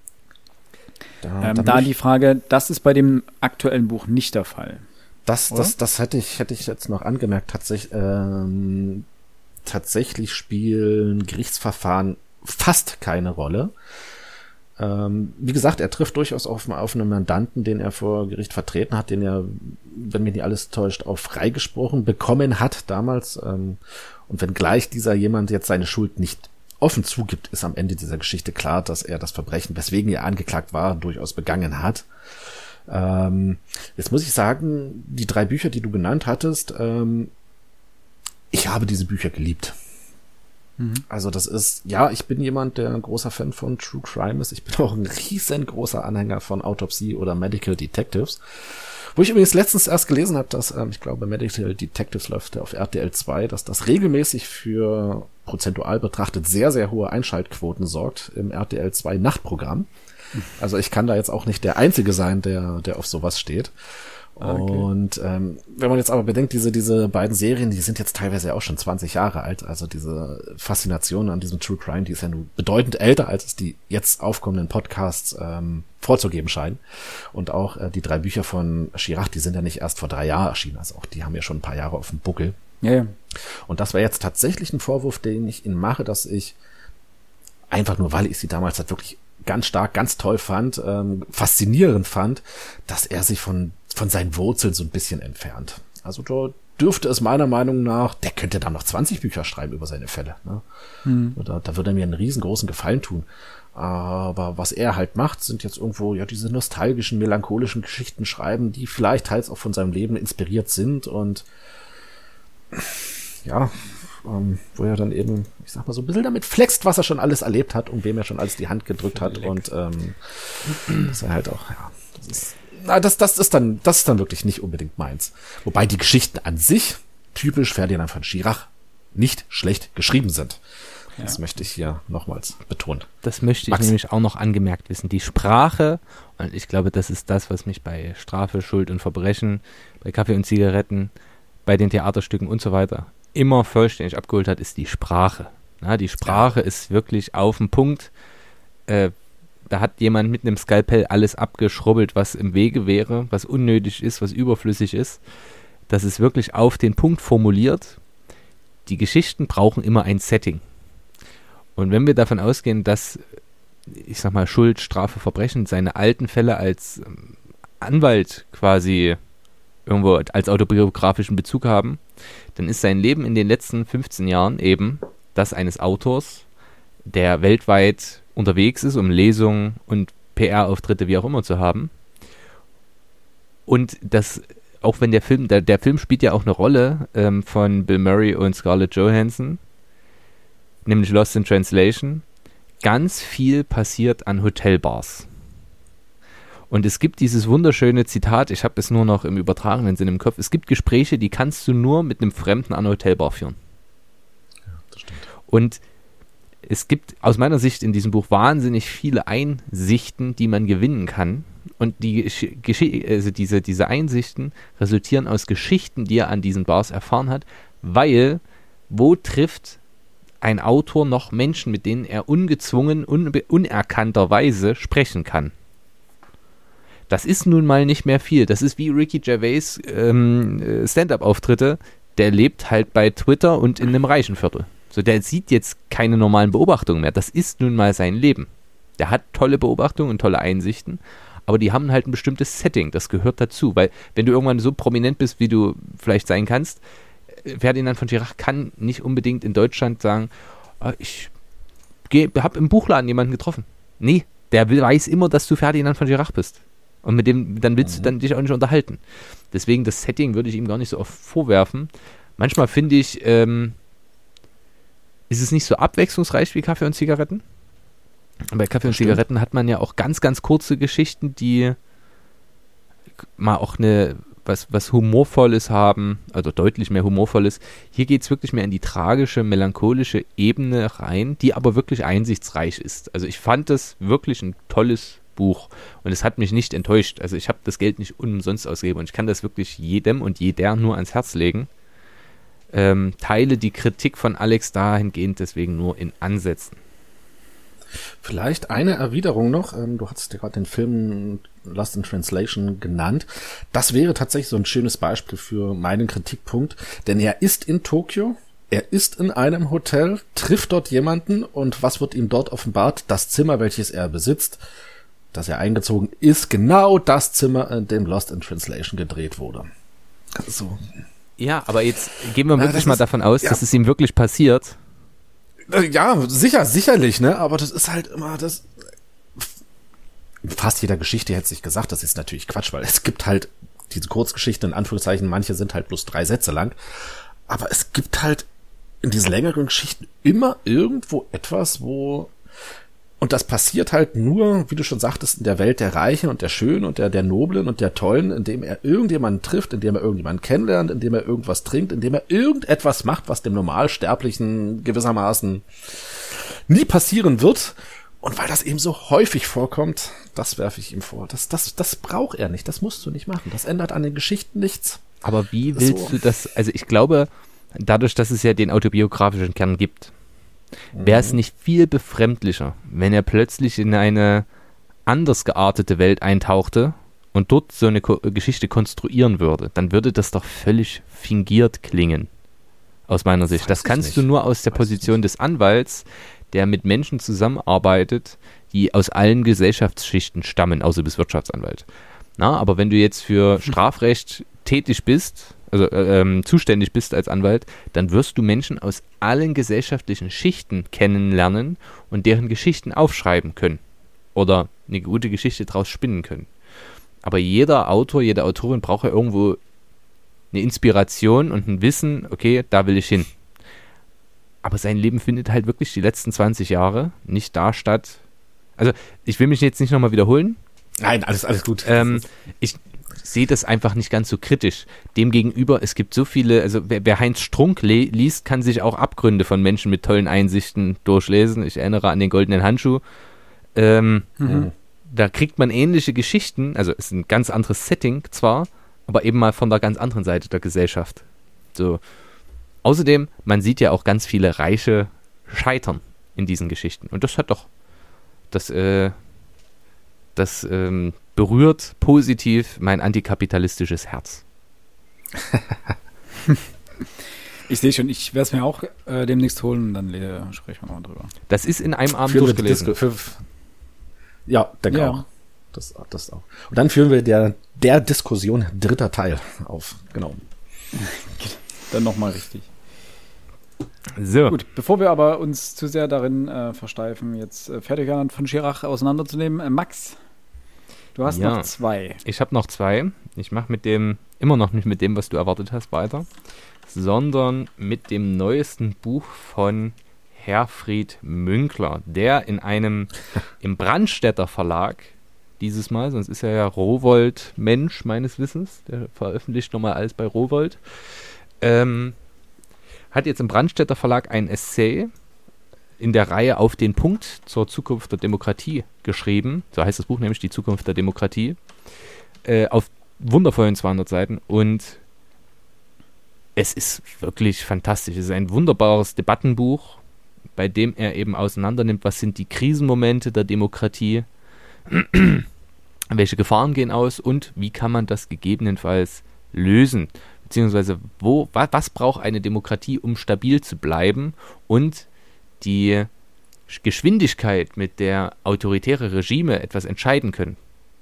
Da die Frage, das ist bei dem aktuellen Buch nicht der Fall. Das hätte ich jetzt noch angemerkt. Tatsächlich spielen Gerichtsverfahren fast keine Rolle. Wie gesagt, er trifft durchaus auf einen Mandanten, den er vor Gericht vertreten hat, den er, wenn mich nicht alles täuscht, auch freigesprochen bekommen hat damals. Und wenngleich dieser jemand jetzt seine Schuld nicht offen zugibt, ist am Ende dieser Geschichte klar, dass er das Verbrechen, weswegen er angeklagt war, durchaus begangen hat. Jetzt muss ich sagen, die 3 Bücher, die du genannt hattest, ich habe diese Bücher geliebt. Also das ist, ja, ich bin jemand, der ein großer Fan von True Crime ist. Ich bin auch ein riesengroßer Anhänger von Autopsie oder Medical Detectives. Wo ich übrigens letztens erst gelesen habe, dass, ich glaube, Medical Detectives läuft auf RTL 2, dass das regelmäßig für prozentual betrachtet sehr, sehr hohe Einschaltquoten sorgt im RTL 2 Nachtprogramm. Also ich kann da jetzt auch nicht der Einzige sein, der auf sowas steht. Okay. Und wenn man jetzt aber bedenkt, diese beiden Serien, die sind jetzt teilweise auch schon 20 Jahre alt, also diese Faszination an diesem True Crime, die ist ja nun bedeutend älter, als es die jetzt aufkommenden Podcasts vorzugeben scheinen. Und auch die 3 Bücher von Chirac, die sind ja nicht erst vor 3 Jahren erschienen, also auch die haben ja schon ein paar Jahre auf dem Buckel. Ja. Und das war jetzt tatsächlich ein Vorwurf, den ich Ihnen mache, dass ich einfach nur, weil ich sie damals halt wirklich ganz stark, ganz toll fand, faszinierend fand, dass er sich von seinen Wurzeln so ein bisschen entfernt. Also da dürfte es meiner Meinung nach, der könnte da noch 20 Bücher schreiben über seine Fälle. Ne? Da würde er mir einen riesengroßen Gefallen tun. Aber was er halt macht, sind jetzt irgendwo ja diese nostalgischen, melancholischen Geschichten schreiben, die vielleicht teils auch von seinem Leben inspiriert sind und ja, wo er dann eben, ich sag mal, so ein bisschen damit flext, was er schon alles erlebt hat und wem er schon alles die Hand gedrückt hat und dass er halt auch, ja, das ist dann wirklich nicht unbedingt meins. Wobei die Geschichten an sich, typisch Ferdinand von Schirach, nicht schlecht geschrieben sind. Ja. Das möchte ich hier nochmals betonen. Das möchte ich nämlich auch noch angemerkt wissen. Die Sprache, und ich glaube, das ist das, was mich bei Strafe, Schuld und Verbrechen, bei Kaffee und Zigaretten, bei den Theaterstücken und so weiter immer vollständig abgeholt hat, ist die Sprache. Ja, die Sprache ist wirklich auf den Punkt. Da hat jemand mit einem Skalpell alles abgeschrubbelt, was im Wege wäre, was unnötig ist, was überflüssig ist. Das ist wirklich auf den Punkt formuliert. Die Geschichten brauchen immer ein Setting. Und wenn wir davon ausgehen, dass, ich sag mal, Schuld, Strafe, Verbrechen seine alten Fälle als Anwalt quasi irgendwo als autobiografischen Bezug haben, dann ist sein Leben in den letzten 15 Jahren eben das eines Autors, der weltweit unterwegs ist, um Lesungen und PR-Auftritte wie auch immer zu haben. Und das, auch wenn der Film spielt ja auch eine Rolle von Bill Murray und Scarlett Johansson, nämlich Lost in Translation, ganz viel passiert an Hotelbars. Und es gibt dieses wunderschöne Zitat, ich habe es nur noch im übertragenen Sinn im Kopf, es gibt Gespräche, die kannst du nur mit einem Fremden an einer Hotelbar führen. Ja, das stimmt. Und es gibt aus meiner Sicht in diesem Buch wahnsinnig viele Einsichten, die man gewinnen kann. Und diese Einsichten resultieren aus Geschichten, die er an diesen Bars erfahren hat, weil wo trifft ein Autor noch Menschen, mit denen er ungezwungen, unerkannterweise sprechen kann? Das ist nun mal nicht mehr viel. Das ist wie Ricky Gervais Stand-up-Auftritte. Der lebt halt bei Twitter und in einem reichen Viertel. So, der sieht jetzt keine normalen Beobachtungen mehr. Das ist nun mal sein Leben. Der hat tolle Beobachtungen und tolle Einsichten, aber die haben halt ein bestimmtes Setting, das gehört dazu, weil wenn du irgendwann so prominent bist, wie du vielleicht sein kannst, Ferdinand von Schirach kann nicht unbedingt in Deutschland sagen, ich habe im Buchladen jemanden getroffen. Nee, der weiß immer, dass du Ferdinand von Schirach bist. Und mit dem, dann willst du dann dich auch nicht unterhalten. Deswegen, das Setting würde ich ihm gar nicht so oft vorwerfen. Manchmal finde ich, ist es nicht so abwechslungsreich wie Kaffee und Zigaretten. Bei Kaffee und Zigaretten hat man ja auch ganz, ganz kurze Geschichten, die mal auch was Humorvolles haben, also deutlich mehr Humorvolles. Hier geht es wirklich mehr in die tragische, melancholische Ebene rein, die aber wirklich einsichtsreich ist. Also ich fand das wirklich ein tolles Buch und es hat mich nicht enttäuscht. Also ich habe das Geld nicht umsonst ausgegeben und ich kann das wirklich jedem und jeder nur ans Herz legen. Teile die Kritik von Alex dahingehend deswegen nur in Ansätzen. Vielleicht eine Erwiderung noch. Du hattest ja gerade den Film Lost in Translation genannt. Das wäre tatsächlich so ein schönes Beispiel für meinen Kritikpunkt. Denn er ist in Tokio, er ist in einem Hotel, trifft dort jemanden und was wird ihm dort offenbart? Das Zimmer, welches er besitzt, das er eingezogen ist, genau das Zimmer, in dem Lost in Translation gedreht wurde. So. Ja, aber jetzt gehen wir wirklich mal davon aus, dass es ihm wirklich passiert. Ja, sicherlich, ne? Aber das ist halt immer das. In fast jeder Geschichte hätte sich gesagt, das ist natürlich Quatsch, weil es gibt halt diese Kurzgeschichten, in Anführungszeichen, manche sind halt bloß 3 Sätze lang. Aber es gibt halt in diesen längeren Geschichten immer irgendwo etwas, wo. Und das passiert halt nur, wie du schon sagtest, in der Welt der Reichen und der Schönen und der Noblen und der Tollen, indem er irgendjemanden trifft, indem er irgendjemanden kennenlernt, indem er irgendwas trinkt, indem er irgendetwas macht, was dem Normalsterblichen gewissermaßen nie passieren wird. Und weil das eben so häufig vorkommt, das werfe ich ihm vor. Das braucht er nicht, das musst du nicht machen. Das ändert an den Geschichten nichts. Aber wie willst du das, also ich glaube, dadurch, dass es ja den autobiografischen Kern gibt, wäre es nicht viel befremdlicher, wenn er plötzlich in eine anders geartete Welt eintauchte und dort so eine Geschichte konstruieren würde. Dann würde das doch völlig fingiert klingen, aus meiner Sicht. Das kannst du nur aus der Position des Anwalts, der mit Menschen zusammenarbeitet, die aus allen Gesellschaftsschichten stammen, außer du bist Wirtschaftsanwalt. Na, aber wenn du jetzt für Strafrecht tätig bist, also zuständig bist als Anwalt, dann wirst du Menschen aus allen gesellschaftlichen Schichten kennenlernen und deren Geschichten aufschreiben können oder eine gute Geschichte draus spinnen können. Aber jeder Autor, jede Autorin braucht ja irgendwo eine Inspiration und ein Wissen, okay, da will ich hin. Aber sein Leben findet halt wirklich die letzten 20 Jahre nicht da statt. Also ich will mich jetzt nicht nochmal wiederholen. Nein, alles gut. Ich sehe das einfach nicht ganz so kritisch. Demgegenüber, es gibt so viele, also wer Heinz Strunk liest, kann sich auch Abgründe von Menschen mit tollen Einsichten durchlesen. Ich erinnere an den Goldenen Handschuh. Da kriegt man ähnliche Geschichten, also es ist ein ganz anderes Setting zwar, aber eben mal von der ganz anderen Seite der Gesellschaft. So. Außerdem, man sieht ja auch ganz viele Reiche scheitern in diesen Geschichten. Und das hat doch, das berührt positiv mein antikapitalistisches Herz. Ich sehe schon, ich werde es mir auch demnächst holen und dann sprechen wir mal drüber. Das ist in einem Abend durchgelesen. Ja, denke auch. Das auch. Und dann führen wir der Diskussion 3. Teil auf. Genau. Dann nochmal richtig. So. Gut, bevor wir aber uns zu sehr darin versteifen, jetzt Ferdinand von Schirach auseinanderzunehmen. Max, du hast noch 2. Ich habe noch 2. Ich mache immer noch nicht mit dem, was du erwartet hast, weiter, sondern mit dem neuesten Buch von Herfried Münkler, der im Brandstätter Verlag dieses Mal, sonst ist er ja Rowohlt-Mensch meines Wissens, der veröffentlicht nochmal alles bei Rowohlt, hat jetzt im Brandstätter Verlag ein Essay in der Reihe Auf den Punkt zur Zukunft der Demokratie geschrieben. So heißt das Buch nämlich, Die Zukunft der Demokratie. Auf wundervollen 200 Seiten. Und es ist wirklich fantastisch. Es ist ein wunderbares Debattenbuch, bei dem er eben auseinandernimmt, was sind die Krisenmomente der Demokratie, welche Gefahren gehen aus und wie kann man das gegebenenfalls lösen. Beziehungsweise was braucht eine Demokratie, um stabil zu bleiben und die Geschwindigkeit, mit der autoritäre Regime etwas entscheiden können,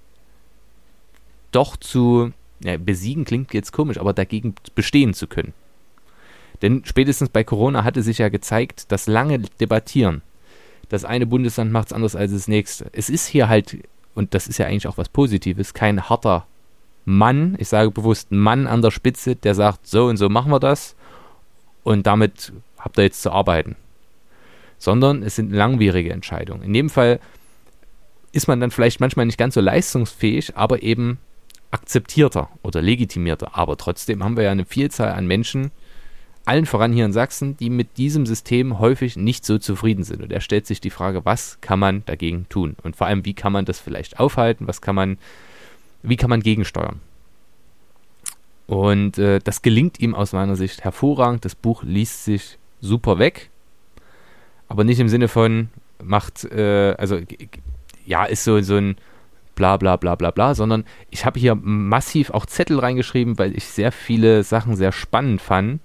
doch zu besiegen klingt jetzt komisch, aber dagegen bestehen zu können. Denn spätestens bei Corona hatte sich ja gezeigt, dass lange Debattieren, das eine Bundesland macht es anders als das nächste. Es ist hier halt, und das ist ja eigentlich auch was Positives, kein harter Mann, ich sage bewusst Mann an der Spitze, der sagt, so und so machen wir das und damit habt ihr jetzt zu arbeiten. Sondern es sind langwierige Entscheidungen. In dem Fall ist man dann vielleicht manchmal nicht ganz so leistungsfähig, aber eben akzeptierter oder legitimierter. Aber trotzdem haben wir ja eine Vielzahl an Menschen, allen voran hier in Sachsen, die mit diesem System häufig nicht so zufrieden sind. Und er stellt sich die Frage, was kann man dagegen tun? Und vor allem, wie kann man das vielleicht aufhalten? Wie kann man gegensteuern? Und das gelingt ihm aus meiner Sicht hervorragend. Das Buch liest sich super weg, aber nicht im Sinne von ist so ein bla bla bla bla bla, sondern ich habe hier massiv auch Zettel reingeschrieben, weil ich sehr viele Sachen sehr spannend fand.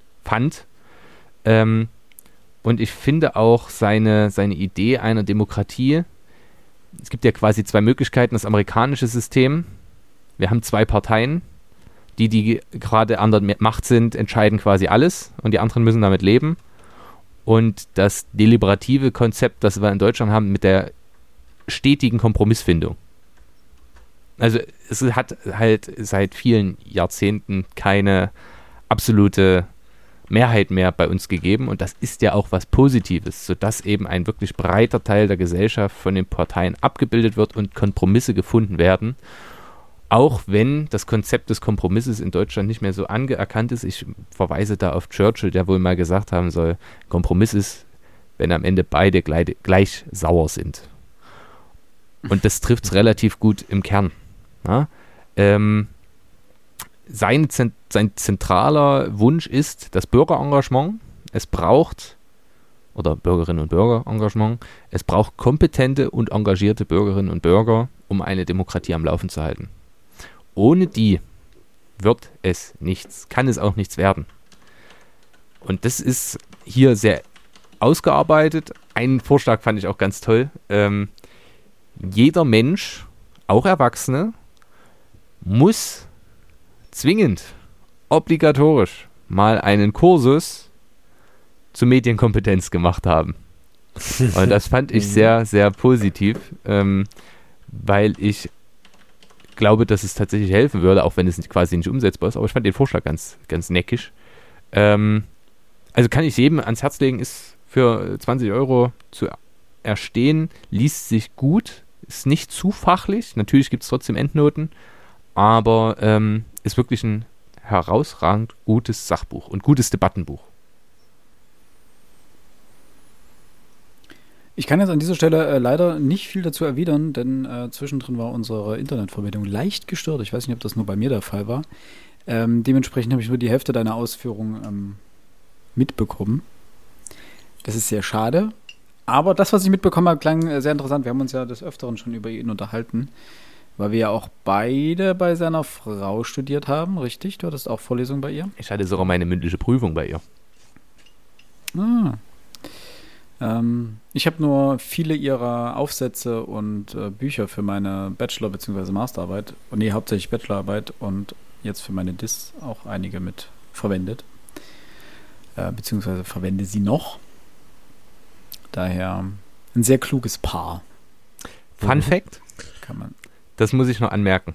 Und ich finde auch seine Idee einer Demokratie, es gibt ja quasi zwei Möglichkeiten, das amerikanische System, wir haben zwei Parteien, die gerade an der Macht sind, entscheiden quasi alles und die anderen müssen damit leben. Und das deliberative Konzept, das wir in Deutschland haben, mit der stetigen Kompromissfindung. Also es hat halt seit vielen Jahrzehnten keine absolute Mehrheit mehr bei uns gegeben und das ist ja auch was Positives, sodass eben ein wirklich breiter Teil der Gesellschaft von den Parteien abgebildet wird und Kompromisse gefunden werden. Auch wenn das Konzept des Kompromisses in Deutschland nicht mehr so anerkannt ist. Ich verweise da auf Churchill, der wohl mal gesagt haben soll, Kompromiss ist, wenn am Ende beide gleich sauer sind. Und das trifft es relativ gut im Kern. Ja? Sein zentraler Wunsch ist das Bürgerengagement. Es braucht, oder Bürgerinnen und Bürgerengagement, es braucht kompetente und engagierte Bürgerinnen und Bürger, um eine Demokratie am Laufen zu halten. Ohne die wird es nichts, kann es auch nichts werden. Und das ist hier sehr ausgearbeitet. Einen Vorschlag fand ich auch ganz toll. Jeder Mensch, auch Erwachsene, muss zwingend, obligatorisch mal einen Kursus zur Medienkompetenz gemacht haben. Und das fand ich sehr, sehr positiv, weil ich glaube, dass es tatsächlich helfen würde, auch wenn es quasi nicht umsetzbar ist. Aber ich fand den Vorschlag ganz, ganz neckisch. Also kann ich jedem ans Herz legen, ist für 20 € zu erstehen, liest sich gut, ist nicht zu fachlich. Natürlich gibt es trotzdem Endnoten, aber ist wirklich ein herausragend gutes Sachbuch und gutes Debattenbuch. Ich kann jetzt an dieser Stelle leider nicht viel dazu erwidern, denn zwischendrin war unsere Internetverbindung leicht gestört. Ich weiß nicht, ob das nur bei mir der Fall war. Dementsprechend habe ich nur die Hälfte deiner Ausführungen mitbekommen. Das ist sehr schade. Aber das, was ich mitbekommen habe, klang sehr interessant. Wir haben uns ja des Öfteren schon über ihn unterhalten, weil wir ja auch beide bei seiner Frau studiert haben, richtig? Du hattest auch Vorlesungen bei ihr? Ich hatte sogar meine mündliche Prüfung bei ihr. Ich habe nur viele ihrer Aufsätze und Bücher für meine Bachelor- bzw. Masterarbeit, hauptsächlich Bachelorarbeit und jetzt für meine Dis auch einige mit verwendet. Beziehungsweise verwende sie noch. Daher ein sehr kluges Paar. Fun Fact? Kann man. Das muss ich noch anmerken.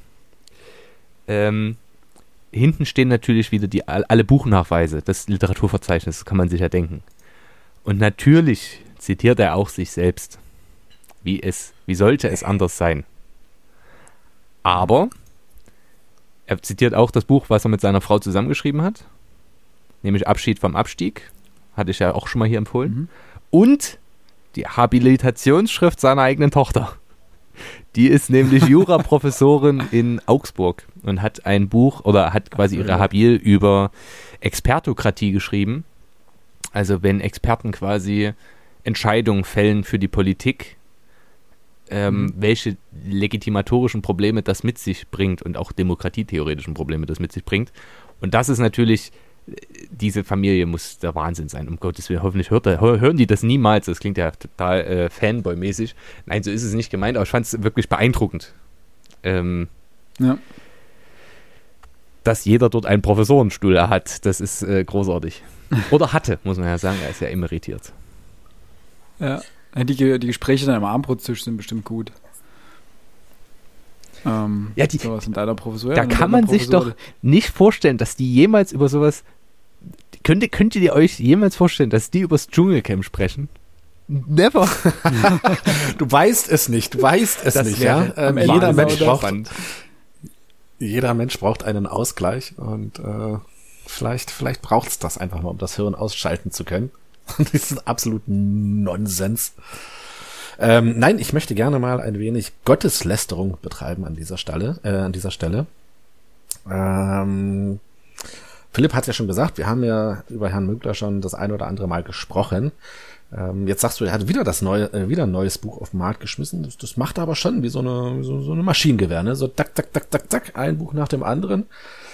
Hinten stehen natürlich wieder alle Buchnachweise, das Literaturverzeichnis, das kann man sich ja denken. Und natürlich zitiert er auch sich selbst. Wie sollte es anders sein? Aber er zitiert auch das Buch, was er mit seiner Frau zusammengeschrieben hat, nämlich Abschied vom Abstieg, hatte ich ja auch schon mal hier empfohlen. Und die Habilitationsschrift seiner eigenen Tochter. Die ist nämlich Juraprofessorin in Augsburg und hat ein Buch oder hat quasi ihre Habil über Expertokratie geschrieben. Also wenn Experten quasi Entscheidungen fällen für die Politik, welche legitimatorischen Probleme das mit sich bringt und auch demokratietheoretischen Probleme das mit sich bringt. Und das ist natürlich diese Familie muss der Wahnsinn sein, um Gottes Willen. Hoffentlich hören die das niemals. Das klingt ja total Fanboy-mäßig. Nein, so ist es nicht gemeint, aber ich fand es wirklich beeindruckend. Dass jeder dort einen Professorenstuhl hat, das ist großartig. Oder hatte, muss man ja sagen, er ist ja emeritiert. Ja, die Gespräche dann am Abendbrotstisch sind bestimmt gut. Sowas in deiner Professur. Da kann man sich doch nicht vorstellen, dass die jemals über sowas. Könnt ihr euch jemals vorstellen, dass die über das Dschungelcamp sprechen? Never. Du weißt es nicht, ja. Jeder Mensch braucht einen Ausgleich und vielleicht braucht es das einfach mal, um das Hirn ausschalten zu können. Das ist absolut Nonsens. Nein, ich möchte gerne mal ein wenig Gotteslästerung betreiben an dieser Stelle. Philipp hat ja schon gesagt, wir haben ja über Herrn Münkler schon das ein oder andere Mal gesprochen. Jetzt sagst du, er hat wieder ein neues Buch auf den Markt geschmissen. Das macht er aber schon wie so eine Maschinengewehr, ne? So tak, tak, tak, tak, tak, ein Buch nach dem anderen.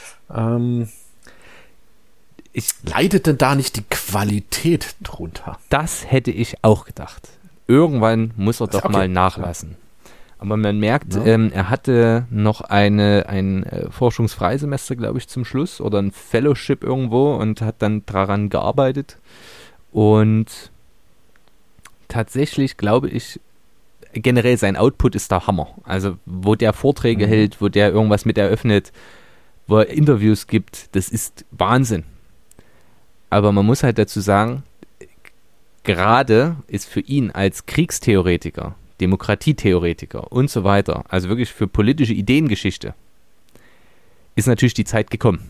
Leidet denn da nicht die Qualität drunter? Das hätte ich auch gedacht. Irgendwann muss er doch mal nachlassen. Aber man merkt, er hatte noch ein Forschungsfreisemester, glaube ich, zum Schluss oder ein Fellowship irgendwo und hat dann daran gearbeitet. Und tatsächlich glaube ich, generell sein Output ist der Hammer. Also wo der Vorträge hält, wo der irgendwas mit eröffnet, wo er Interviews gibt, das ist Wahnsinn. Aber man muss halt dazu sagen, gerade ist für ihn als Kriegstheoretiker, Demokratietheoretiker und so weiter, also wirklich für politische Ideengeschichte, ist natürlich die Zeit gekommen.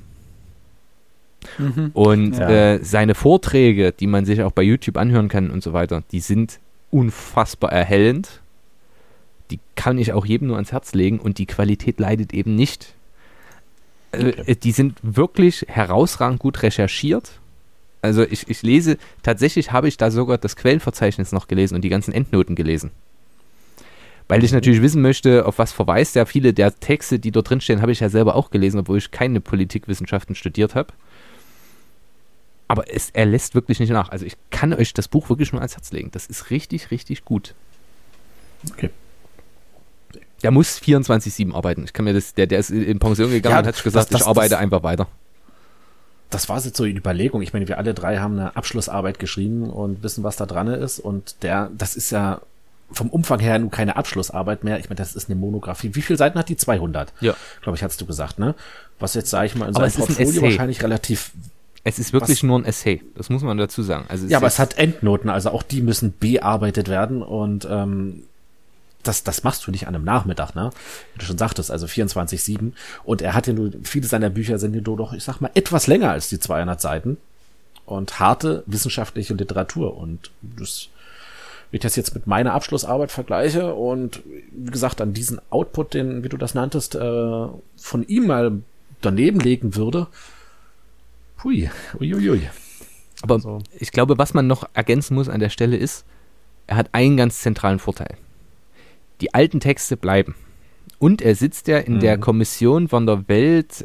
Und seine Vorträge, die man sich auch bei YouTube anhören kann und so weiter, die sind unfassbar erhellend. Die kann ich auch jedem nur ans Herz legen und die Qualität leidet eben nicht. Die sind wirklich herausragend gut recherchiert. Also ich lese, tatsächlich habe ich da sogar das Quellenverzeichnis noch gelesen und die ganzen Endnoten gelesen. Weil ich natürlich wissen möchte, auf was verweist er. Viele der Texte, die dort drin stehen, habe ich ja selber auch gelesen, obwohl ich keine Politikwissenschaften studiert habe. Aber er lässt wirklich nicht nach. Also ich kann euch das Buch wirklich nur ans Herz legen. Das ist richtig, richtig gut. Okay. Der muss 24/7 arbeiten. Ich kann mir der ist in Pension gegangen und hat gesagt, ich arbeite einfach weiter. Das war jetzt so eine Überlegung. Ich meine, wir alle drei haben eine Abschlussarbeit geschrieben und wissen, was da dran ist. Und das ist ja vom Umfang her nur keine Abschlussarbeit mehr. Ich meine, das ist eine Monographie. Wie viele Seiten hat die? 200. Ja. Glaube ich, hast du gesagt, ne? Was jetzt, sage ich mal, in aber seinem Portfolio wahrscheinlich relativ... Es ist wirklich nur ein Essay. Das muss man dazu sagen. Also aber es hat Endnoten. Also auch die müssen bearbeitet werden. Und das machst du nicht an einem Nachmittag, ne? Wie du schon sagtest, also 24/7. Und er hat ja nur, viele seiner Bücher sind ja nur doch, ich sag mal, etwas länger als die 200 Seiten. Und harte wissenschaftliche Literatur. Und das, wenn ich das jetzt mit meiner Abschlussarbeit vergleiche und, wie gesagt, an diesen Output, den, wie du das nanntest, von ihm mal daneben legen würde, uiuiui. Aber so. Ich glaube, was man noch ergänzen muss an der Stelle ist, er hat einen ganz zentralen Vorteil. Die alten Texte bleiben. Und er sitzt ja in der Kommission von der Welt,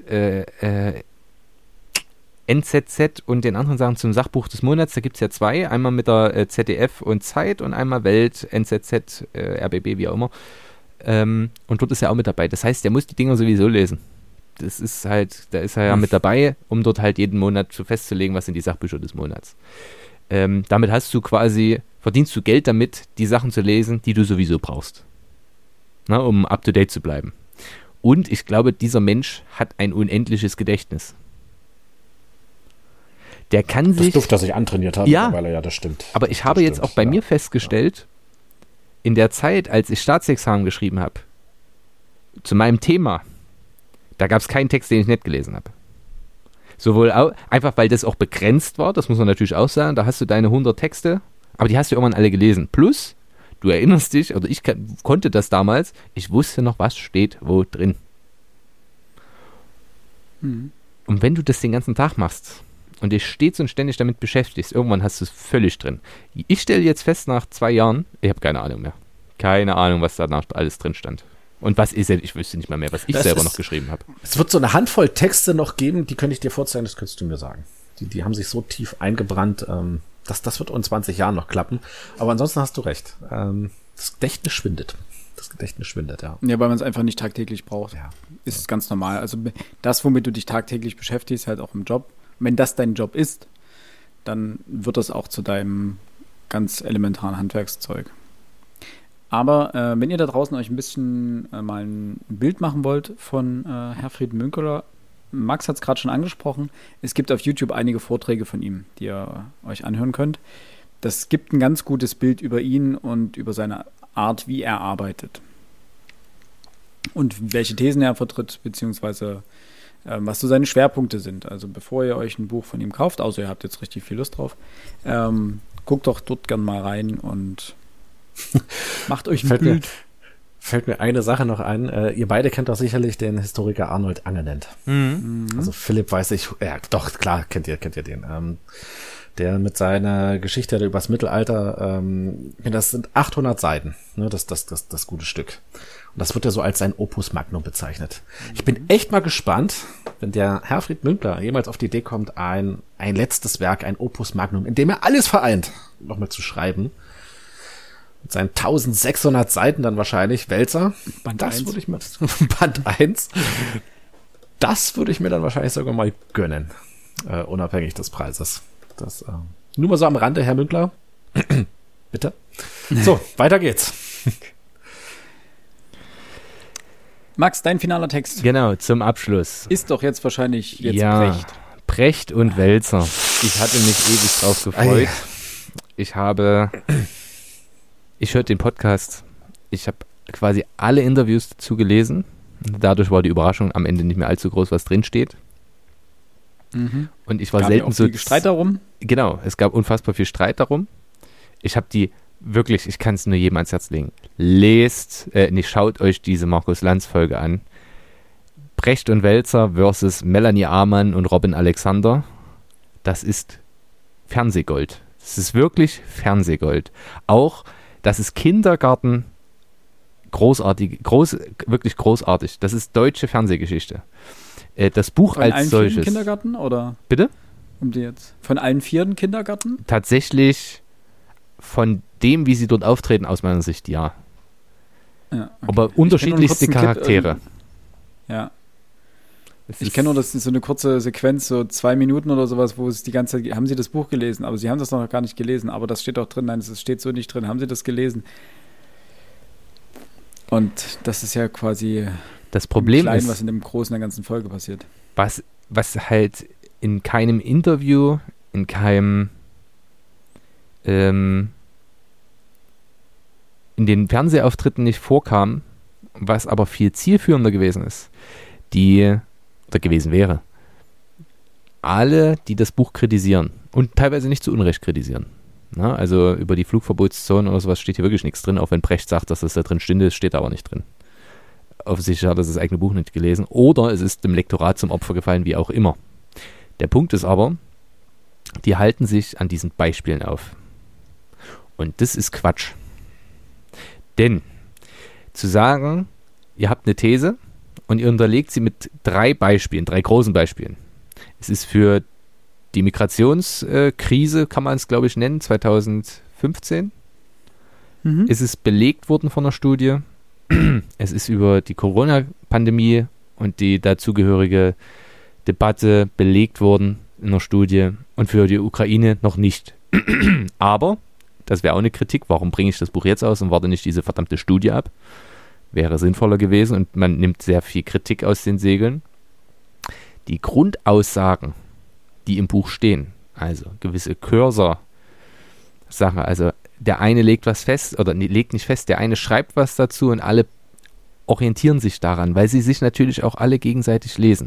NZZ und den anderen Sachen zum Sachbuch des Monats. Da gibt es ja zwei. Einmal mit der ZDF und Zeit und einmal Welt, NZZ, RBB, wie auch immer. Und dort ist er auch mit dabei. Das heißt, der muss die Dinger sowieso lesen. Das ist halt, da ist er ja mit dabei, um dort halt jeden Monat festzulegen, was sind die Sachbücher des Monats. Damit verdienst du Geld damit, die Sachen zu lesen, die du sowieso brauchst. Na, um up to date zu bleiben. Und ich glaube, dieser Mensch hat ein unendliches Gedächtnis. Der kann sich... Das durfte er sich antrainiert haben, ja, das stimmt. Aber ich habe jetzt auch bei mir festgestellt, in der Zeit, als ich Staatsexamen geschrieben habe, zu meinem Thema, da gab es keinen Text, den ich nicht gelesen habe. Sowohl auch, einfach weil das auch begrenzt war, das muss man natürlich auch sagen, da hast du deine 100 Texte, aber die hast du irgendwann alle gelesen. Plus, du erinnerst dich, oder ich konnte das damals, ich wusste noch, was steht wo drin. Und wenn du das den ganzen Tag machst und dich stets und ständig damit beschäftigst, irgendwann hast du es völlig drin. Ich stelle jetzt fest, nach 2 Jahren, ich habe keine Ahnung mehr. Keine Ahnung, was danach alles drin stand. Und was ist ich wüsste nicht mal mehr, was ich selber noch geschrieben habe. Es wird so eine Handvoll Texte noch geben, die könnte ich dir vorzeigen, das könntest du mir sagen. Die haben sich so tief eingebrannt, das wird in 20 Jahren noch klappen. Aber ansonsten hast du recht. Das Gedächtnis schwindet. Ja. Ja, weil man es einfach nicht tagtäglich braucht. Ja. Ist ganz normal. Also das, womit du dich tagtäglich beschäftigst, halt auch im Job. Wenn das dein Job ist, dann wird das auch zu deinem ganz elementaren Handwerkszeug. Aber wenn ihr da draußen euch ein bisschen mal ein Bild machen wollt von Herfried Münkler, Max hat es gerade schon angesprochen, es gibt auf YouTube einige Vorträge von ihm, die ihr euch anhören könnt. Das gibt ein ganz gutes Bild über ihn und über seine Art, wie er arbeitet. Und welche Thesen er vertritt, beziehungsweise was so seine Schwerpunkte sind. Also bevor ihr euch ein Buch von ihm kauft, außer ihr habt jetzt richtig viel Lust drauf, guckt doch dort gern mal rein und macht euch ein Bild. Fällt mir eine Sache noch ein. Ihr beide kennt doch sicherlich den Historiker Arnold Angenent. Mhm. Also Philipp weiß ich, ja doch, klar, kennt ihr den. Der mit seiner Geschichte übers Mittelalter, das sind 800 Seiten, ne, das gute Stück. Und das wird ja so als sein Opus Magnum bezeichnet. Ich bin echt mal gespannt, wenn der Herfried Münkler jemals auf die Idee kommt, ein letztes Werk, ein Opus Magnum, in dem er alles vereint, nochmal zu schreiben. Mit seinen 1600 Seiten dann wahrscheinlich, Wälzer. Band 1. Band 1. Das würde ich mir dann wahrscheinlich sogar mal gönnen. Unabhängig des Preises. Das, nur mal so am Rande, Herr Münkler. Bitte. So, weiter geht's. Max, dein finaler Text. Genau, zum Abschluss. Ist doch jetzt wahrscheinlich Brecht. Brecht und Wälzer. Ich hatte mich ewig drauf gefreut. Ich hörte den Podcast. Ich habe quasi alle Interviews dazu gelesen. Dadurch war die Überraschung am Ende nicht mehr allzu groß, was drin steht. Mhm. Und ich war gab selten ja so. Streit darum? Genau, es gab unfassbar viel Streit darum. Ich habe die wirklich, ich kann es nur jedem ans Herz legen. Schaut euch diese Markus Lanz-Folge an. Brecht und Wälzer versus Melanie Amann und Robin Alexander. Das ist Fernsehgold. Das ist wirklich Fernsehgold. Auch, das ist Kindergarten wirklich großartig. Das ist deutsche Fernsehgeschichte. Das Buch von als allen solches. Vieren Kindergarten oder? Bitte? Von allen Vieren Kindergarten? Tatsächlich von dem, wie sie dort auftreten, aus meiner Sicht, ja. Ja, okay. Aber unterschiedlichste Charaktere. Ja. Ich kenne nur, das ist so eine kurze Sequenz, so 2 Minuten oder sowas, wo es die ganze Zeit, haben Sie das Buch gelesen? Aber Sie haben das noch gar nicht gelesen, aber das steht auch drin. Nein, das steht so nicht drin. Haben Sie das gelesen? Und das ist ja quasi das Problem klein, ist, was in dem Großen der ganzen Folge passiert. Was halt in keinem Interview, in keinem in den Fernsehauftritten nicht vorkam, was aber viel zielführender gewesen ist, gewesen wäre. Alle, die das Buch kritisieren und teilweise nicht zu Unrecht kritisieren. Na, also über die Flugverbotszone oder sowas steht hier wirklich nichts drin, auch wenn Brecht sagt, dass das da drin stünde, steht da aber nicht drin. Offensichtlich hat er das eigene Buch nicht gelesen oder es ist dem Lektorat zum Opfer gefallen, wie auch immer. Der Punkt ist aber, die halten sich an diesen Beispielen auf. Und das ist Quatsch. Denn zu sagen, ihr habt eine These und ihr unterlegt sie mit 3 großen Beispielen. Es ist für die Migrationskrise, kann man es glaube ich nennen, 2015, ist es belegt worden von einer Studie. Es ist über die Corona-Pandemie und die dazugehörige Debatte belegt worden in einer Studie und für die Ukraine noch nicht. Aber, das wäre auch eine Kritik, warum bringe ich das Buch jetzt aus und warte nicht diese verdammte Studie ab? Wäre sinnvoller gewesen und man nimmt sehr viel Kritik aus den Segeln. Die Grundaussagen, die im Buch stehen, also gewisse Cursor-Sachen, also der eine legt was fest oder legt nicht fest, der eine schreibt was dazu und alle orientieren sich daran, weil sie sich natürlich auch alle gegenseitig lesen.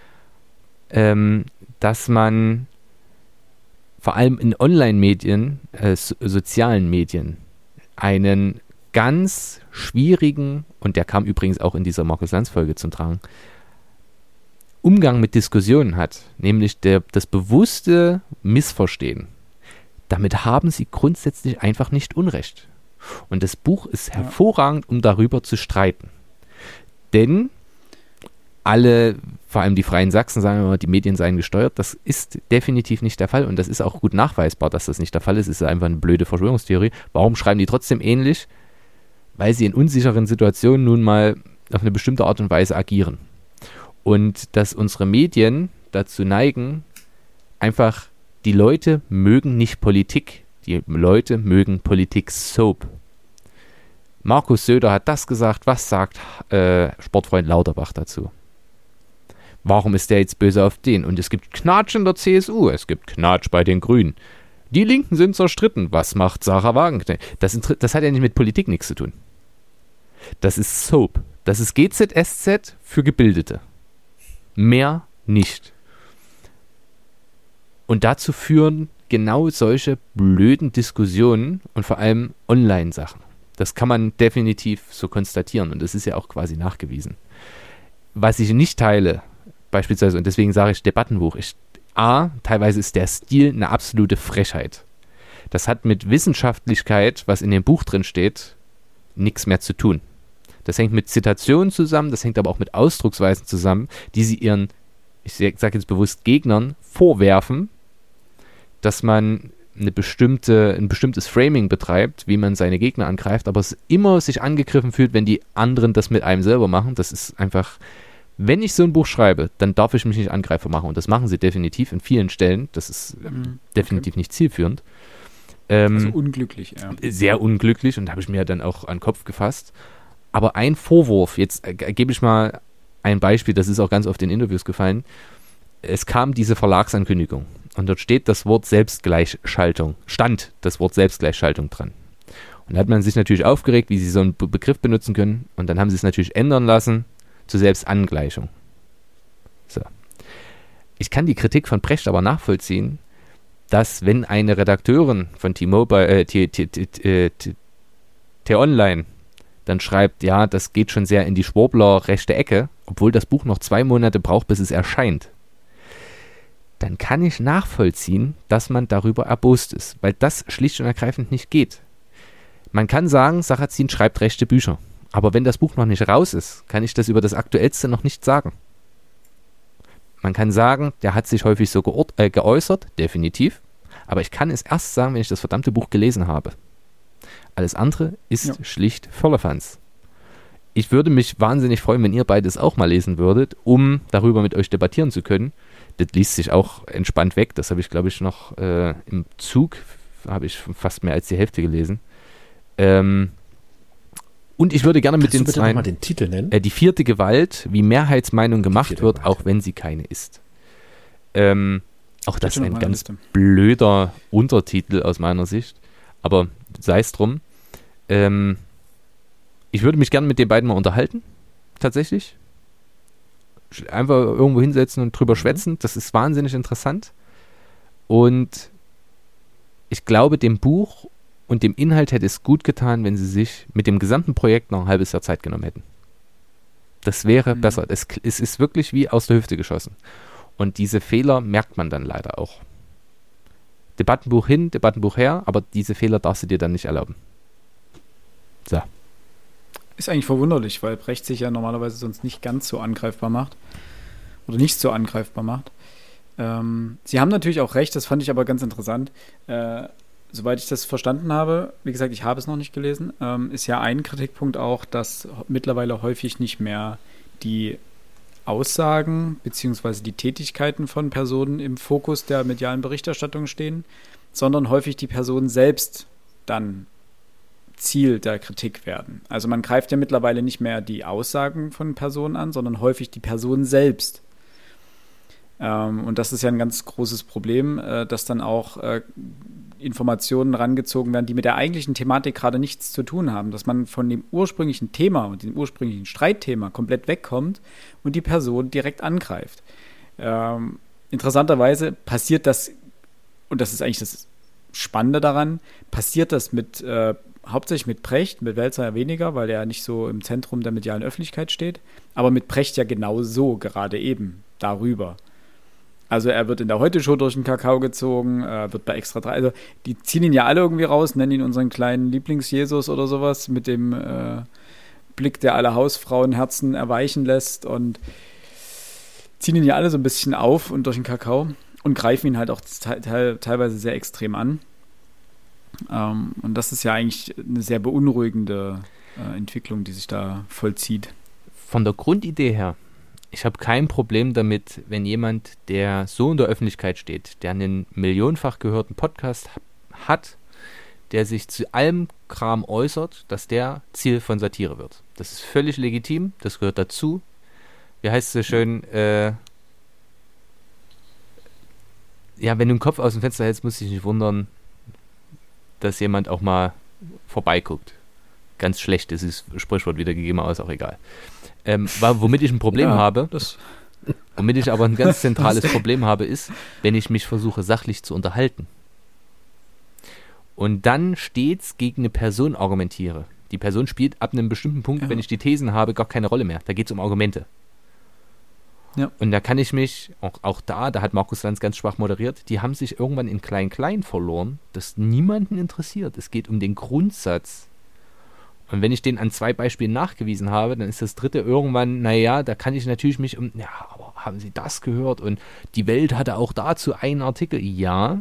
Dass man vor allem in Online-Medien, sozialen Medien, einen ganz schwierigen, und der kam übrigens auch in dieser Markus Lanz-Folge zum Tragen, Umgang mit Diskussionen hat, nämlich das bewusste Missverstehen. Damit haben sie grundsätzlich einfach nicht Unrecht. Und das Buch ist hervorragend, um darüber zu streiten. Denn vor allem die Freien Sachsen sagen immer, die Medien seien gesteuert. Das ist definitiv nicht der Fall und das ist auch gut nachweisbar, dass das nicht der Fall ist. Es ist einfach eine blöde Verschwörungstheorie. Warum schreiben die trotzdem ähnlich? Weil sie in unsicheren Situationen nun mal auf eine bestimmte Art und Weise agieren. Und dass unsere Medien dazu neigen, einfach, die Leute mögen nicht Politik, die Leute mögen Politik-Soap. Markus Söder hat das gesagt, was sagt Sportfreund Lauterbach dazu? Warum ist der jetzt böse auf den? Und es gibt Knatsch in der CSU, es gibt Knatsch bei den Grünen. Die Linken sind zerstritten, was macht Sarah Wagenknecht? Das hat ja nicht mit Politik nichts zu tun. Das ist Soap, das ist GZSZ für Gebildete. Mehr nicht. Und dazu führen genau solche blöden Diskussionen und vor allem Online-Sachen. Das kann man definitiv so konstatieren und das ist ja auch quasi nachgewiesen. Was ich nicht teile, beispielsweise, und deswegen sage ich Debattenbuch, teilweise ist der Stil eine absolute Frechheit. Das hat mit Wissenschaftlichkeit, was in dem Buch drin steht, nichts mehr zu tun. Das hängt mit Zitationen zusammen, das hängt aber auch mit Ausdrucksweisen zusammen, die sie ihren, ich sage jetzt bewusst Gegnern, vorwerfen, dass man ein bestimmtes Framing betreibt, wie man seine Gegner angreift, aber es immer sich angegriffen fühlt, wenn die anderen das mit einem selber machen. Das ist einfach, wenn ich so ein Buch schreibe, dann darf ich mich nicht Angreifer machen und das machen sie definitiv in vielen Stellen. Das ist definitiv nicht zielführend. Also unglücklich, ja. Sehr unglücklich und da habe ich mir dann auch an den Kopf gefasst. Aber ein Vorwurf, jetzt gebe ich mal ein Beispiel, das ist auch ganz oft in Interviews gefallen. Es kam diese Verlagsankündigung und dort stand das Wort Selbstgleichschaltung dran. Und da hat man sich natürlich aufgeregt, wie sie so einen Begriff benutzen können und dann haben sie es natürlich ändern lassen zu Selbstangleichung. So. Ich kann die Kritik von Precht aber nachvollziehen, dass wenn eine Redakteurin von T-Mobile, T-Online dann schreibt, ja, das geht schon sehr in die Schwurbler-rechte Ecke, obwohl das Buch noch 2 Monate braucht, bis es erscheint, dann kann ich nachvollziehen, dass man darüber erbost ist, weil das schlicht und ergreifend nicht geht. Man kann sagen, Sarrazin schreibt rechte Bücher, aber wenn das Buch noch nicht raus ist, kann ich das über das Aktuellste noch nicht sagen. Man kann sagen, der hat sich häufig so geäußert, definitiv, aber ich kann es erst sagen, wenn ich das verdammte Buch gelesen habe. Alles andere ist schlicht Firlefanz. Ich würde mich wahnsinnig freuen, wenn ihr beides auch mal lesen würdet, um darüber mit euch debattieren zu können. Das liest sich auch entspannt weg. Das habe ich, glaube ich, noch im Zug, habe ich fast mehr als die Hälfte gelesen. Und ich würde gerne mit den zwei... den Titel nennen? Die 4. Gewalt, wie Mehrheitsmeinung gemacht wird, auch wenn sie keine ist. Auch das ist ein ganz blöder Untertitel aus meiner Sicht. Aber sei es drum. Ich würde mich gerne mit den beiden mal unterhalten. Tatsächlich. Einfach irgendwo hinsetzen und drüber schwätzen. Das ist wahnsinnig interessant. Und ich glaube, dem Buch und dem Inhalt hätte es gut getan, wenn sie sich mit dem gesamten Projekt noch ein halbes Jahr Zeit genommen hätten. Das wäre besser. Es ist wirklich wie aus der Hüfte geschossen. Und diese Fehler merkt man dann leider auch. Debattenbuch hin, Debattenbuch her, aber diese Fehler darfst du dir dann nicht erlauben. So. Ist eigentlich verwunderlich, weil Brecht sich ja normalerweise sonst nicht ganz so angreifbar macht. Oder nicht so angreifbar macht. Sie haben natürlich auch recht, das fand ich aber ganz interessant. Soweit ich das verstanden habe, wie gesagt, ich habe es noch nicht gelesen, ist ja ein Kritikpunkt auch, dass mittlerweile häufig nicht mehr die Aussagen bzw. die Tätigkeiten von Personen im Fokus der medialen Berichterstattung stehen, sondern häufig die Personen selbst dann Ziel der Kritik werden. Also man greift ja mittlerweile nicht mehr die Aussagen von Personen an, sondern häufig die Person selbst. Und das ist ja ein ganz großes Problem, dass dann auch Informationen rangezogen werden, die mit der eigentlichen Thematik gerade nichts zu tun haben, dass man von dem ursprünglichen Thema und dem ursprünglichen Streitthema komplett wegkommt und die Person direkt angreift. Interessanterweise passiert das, und das ist eigentlich das Spannende daran, passiert das hauptsächlich mit Precht, mit Wälzer ja weniger, weil er nicht so im Zentrum der medialen Öffentlichkeit steht, aber mit Precht ja genau so, gerade eben, darüber. Also er wird in der Heute-Show durch den Kakao gezogen, wird bei Extra 3, also die ziehen ihn ja alle irgendwie raus, nennen ihn unseren kleinen Lieblings-Jesus oder sowas, mit dem Blick, der alle Hausfrauenherzen erweichen lässt, und ziehen ihn ja alle so ein bisschen auf und durch den Kakao und greifen ihn halt auch teilweise sehr extrem an. Und das ist ja eigentlich eine sehr beunruhigende Entwicklung, die sich da vollzieht. Von der Grundidee her, ich habe kein Problem damit, wenn jemand, der so in der Öffentlichkeit steht, der einen millionenfach gehörten Podcast hat, der sich zu allem Kram äußert, dass der Ziel von Satire wird. Das ist völlig legitim, das gehört dazu. Wie heißt es so schön, ja, wenn du den Kopf aus dem Fenster hältst, musst du dich nicht wundern, dass jemand auch mal vorbeiguckt. Ganz schlecht ist das Sprichwort wiedergegeben, aber ist auch egal. Womit ich ein Problem habe, womit ich aber ein ganz zentrales Problem habe, ist, wenn ich mich versuche, sachlich zu unterhalten und dann stets gegen eine Person argumentiere. Die Person spielt ab einem bestimmten Punkt, wenn ich die Thesen habe, gar keine Rolle mehr. Da geht es um Argumente. Ja. Und da kann ich mich, auch da hat Markus Lanz ganz schwach moderiert, die haben sich irgendwann in Klein-Klein verloren, das niemanden interessiert. Es geht um den Grundsatz. Und wenn ich den an 2 Beispielen nachgewiesen habe, dann ist das dritte irgendwann, naja, da kann ich natürlich mich aber haben Sie das gehört? Und die Welt hatte auch dazu einen Artikel. Ja,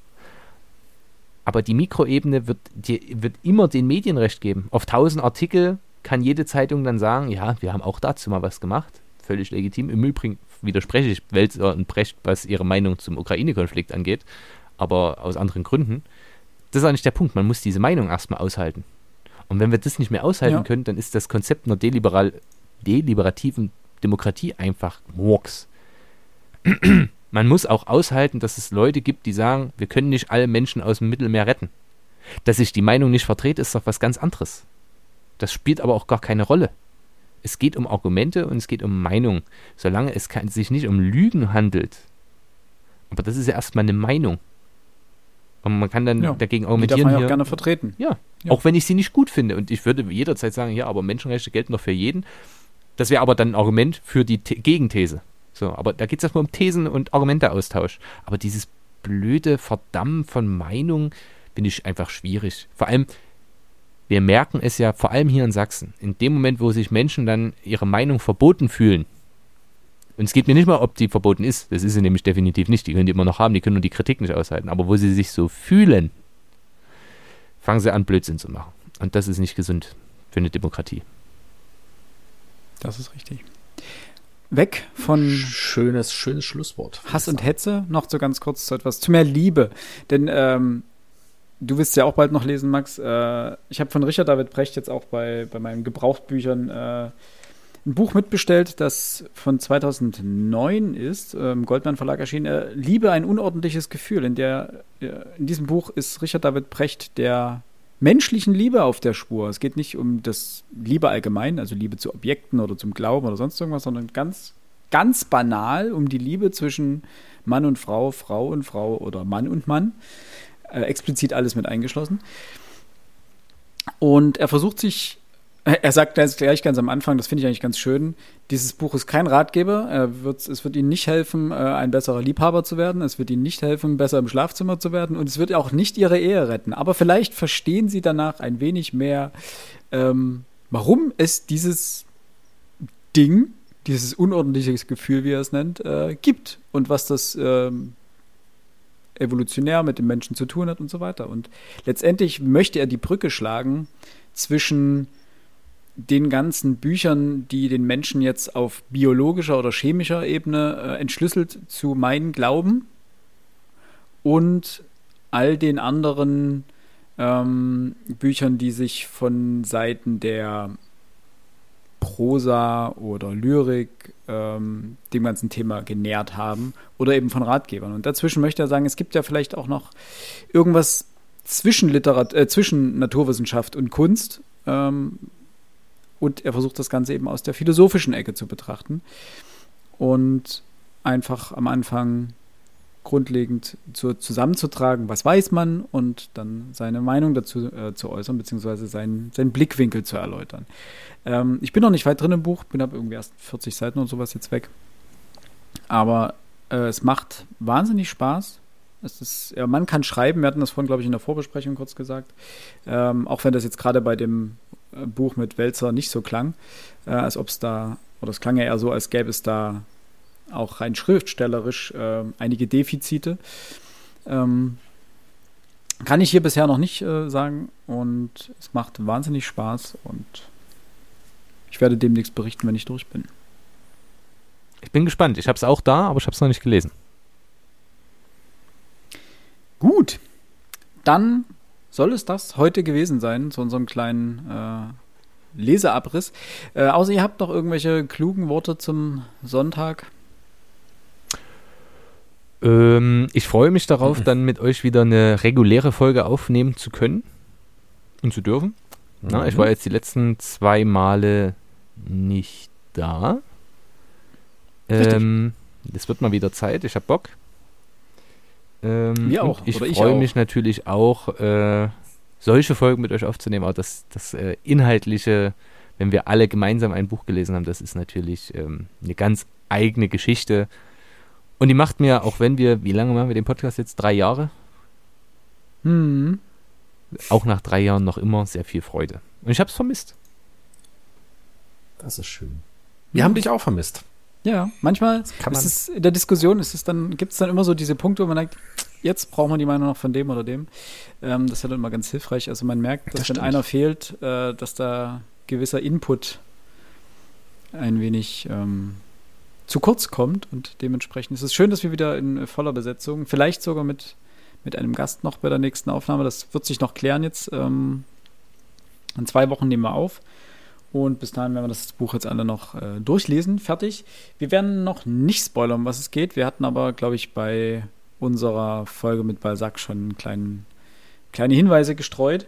aber die Mikroebene wird immer den Medien recht geben. Auf 1000 Artikel kann jede Zeitung dann sagen, ja, wir haben auch dazu mal was gemacht. Völlig legitim. Im Übrigen widerspreche ich Welzer und Brecht, was ihre Meinung zum Ukraine-Konflikt angeht, aber aus anderen Gründen. Das ist auch nicht der Punkt. Man muss diese Meinung erstmal aushalten. Und wenn wir das nicht mehr aushalten können, dann ist das Konzept einer deliberativen Demokratie einfach Murks. Man muss auch aushalten, dass es Leute gibt, die sagen, wir können nicht alle Menschen aus dem Mittelmeer retten. Dass ich die Meinung nicht vertrete, ist doch was ganz anderes. Das spielt aber auch gar keine Rolle. Es geht um Argumente und es geht um Meinung. Solange es sich nicht um Lügen handelt. Aber das ist ja erstmal eine Meinung. Und man kann dann dagegen argumentieren. Die darf man ja auch gerne vertreten. Ja, auch wenn ich sie nicht gut finde. Und ich würde jederzeit sagen, ja, aber Menschenrechte gelten doch für jeden. Das wäre aber dann ein Argument für die Gegenthese. So, aber da geht es erstmal um Thesen und Argumenteaustausch. Aber dieses blöde Verdammen von Meinung finde ich einfach schwierig. Vor allem, wir merken es ja vor allem hier in Sachsen. In dem Moment, wo sich Menschen dann ihre Meinung verboten fühlen, und es geht mir nicht mal, ob die verboten ist, das ist sie nämlich definitiv nicht, die können die immer noch haben, die können nur die Kritik nicht aushalten, aber wo sie sich so fühlen, fangen sie an, Blödsinn zu machen. Und das ist nicht gesund für eine Demokratie. Das ist richtig. Weg von schönes Schlusswort. Hass und Hetze, noch so ganz kurz zu etwas, zu mehr Liebe. Denn du wirst ja auch bald noch lesen, Max. Ich habe von Richard David Brecht jetzt auch bei meinen Gebrauchtbüchern ein Buch mitbestellt, das von 2009 ist, im Goldmann Verlag erschienen. Liebe, ein unordentliches Gefühl. In diesem Buch ist Richard David Brecht der menschlichen Liebe auf der Spur. Es geht nicht um das Liebe allgemein, also Liebe zu Objekten oder zum Glauben oder sonst irgendwas, sondern ganz, ganz banal um die Liebe zwischen Mann und Frau, Frau und Frau oder Mann und Mann. Explizit alles mit eingeschlossen. Und er sagt gleich ganz am Anfang, das finde ich eigentlich ganz schön, dieses Buch ist kein Ratgeber, es wird Ihnen nicht helfen, ein besserer Liebhaber zu werden, es wird Ihnen nicht helfen, besser im Schlafzimmer zu werden und es wird auch nicht Ihre Ehe retten. Aber vielleicht verstehen Sie danach ein wenig mehr, warum es dieses Ding, dieses unordentliche Gefühl, wie er es nennt, gibt und was das evolutionär mit dem Menschen zu tun hat und so weiter. Und letztendlich möchte er die Brücke schlagen zwischen den ganzen Büchern, die den Menschen jetzt auf biologischer oder chemischer Ebene entschlüsselt zu meinen Glauben und all den anderen Büchern, die sich von Seiten der Prosa oder Lyrik dem ganzen Thema genährt haben oder eben von Ratgebern. Und dazwischen möchte er sagen, es gibt ja vielleicht auch noch irgendwas zwischen Naturwissenschaft und Kunst. Und er versucht das Ganze eben aus der philosophischen Ecke zu betrachten und einfach am Anfang grundlegend zusammenzutragen, was weiß man und dann seine Meinung dazu zu äußern, beziehungsweise seinen Blickwinkel zu erläutern. Ich bin noch nicht weit drin im Buch, habe irgendwie erst 40 Seiten und sowas jetzt weg. Aber es macht wahnsinnig Spaß. Man kann schreiben, wir hatten das vorhin, glaube ich, in der Vorbesprechung kurz gesagt, auch wenn das jetzt gerade bei dem Buch mit Welzer nicht so klang, als ob es da, oder es klang ja eher so, als gäbe es da auch rein schriftstellerisch einige Defizite. Kann ich hier bisher noch nicht sagen und es macht wahnsinnig Spaß und ich werde demnächst berichten, wenn ich durch bin. Ich bin gespannt. Ich habe es auch da, aber ich habe es noch nicht gelesen. Gut, dann soll es das heute gewesen sein, zu unserem kleinen Leseabriss. Außer ihr habt noch irgendwelche klugen Worte zum Sonntag? Ich freue mich darauf, dann mit euch wieder eine reguläre Folge aufnehmen zu können und zu dürfen. Na, ich war jetzt die letzten 2 Male nicht da. Es wird mal wieder Zeit. Ich habe Bock. Wir auch. Ich freue mich natürlich auch, solche Folgen mit euch aufzunehmen. Aber das Inhaltliche, wenn wir alle gemeinsam ein Buch gelesen haben, das ist natürlich eine ganz eigene Geschichte. Und die macht mir, auch wenn wie lange machen wir den Podcast jetzt? 3 Jahre? Auch nach 3 Jahren noch immer sehr viel Freude. Und ich habe es vermisst. Das ist schön. Wir haben dich auch vermisst. Ja, manchmal in der Diskussion gibt es dann immer so diese Punkte, wo man denkt, jetzt brauchen wir die Meinung noch von dem oder dem. Das ist dann immer ganz hilfreich. Also man merkt, dass wenn einer fehlt, dass da gewisser Input ein wenig zu kurz kommt und dementsprechend ist es schön, dass wir wieder in voller Besetzung, vielleicht sogar mit einem Gast noch bei der nächsten Aufnahme, das wird sich noch klären jetzt. In 2 Wochen nehmen wir auf und bis dahin werden wir das Buch jetzt alle noch durchlesen, fertig. Wir werden noch nicht spoilern, um was es geht. Wir hatten aber, glaube ich, bei unserer Folge mit Balzac schon kleine Hinweise gestreut.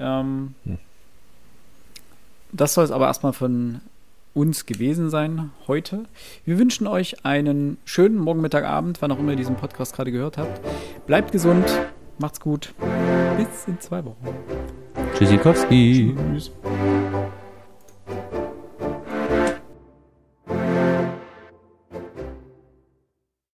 Das soll es aber erstmal von uns gewesen sein heute. Wir wünschen euch einen schönen Morgen, Mittag, Abend, wann auch immer ihr diesen Podcast gerade gehört habt. Bleibt gesund, macht's gut. Bis in 2 Wochen. Tschüssikowski. Tschüss.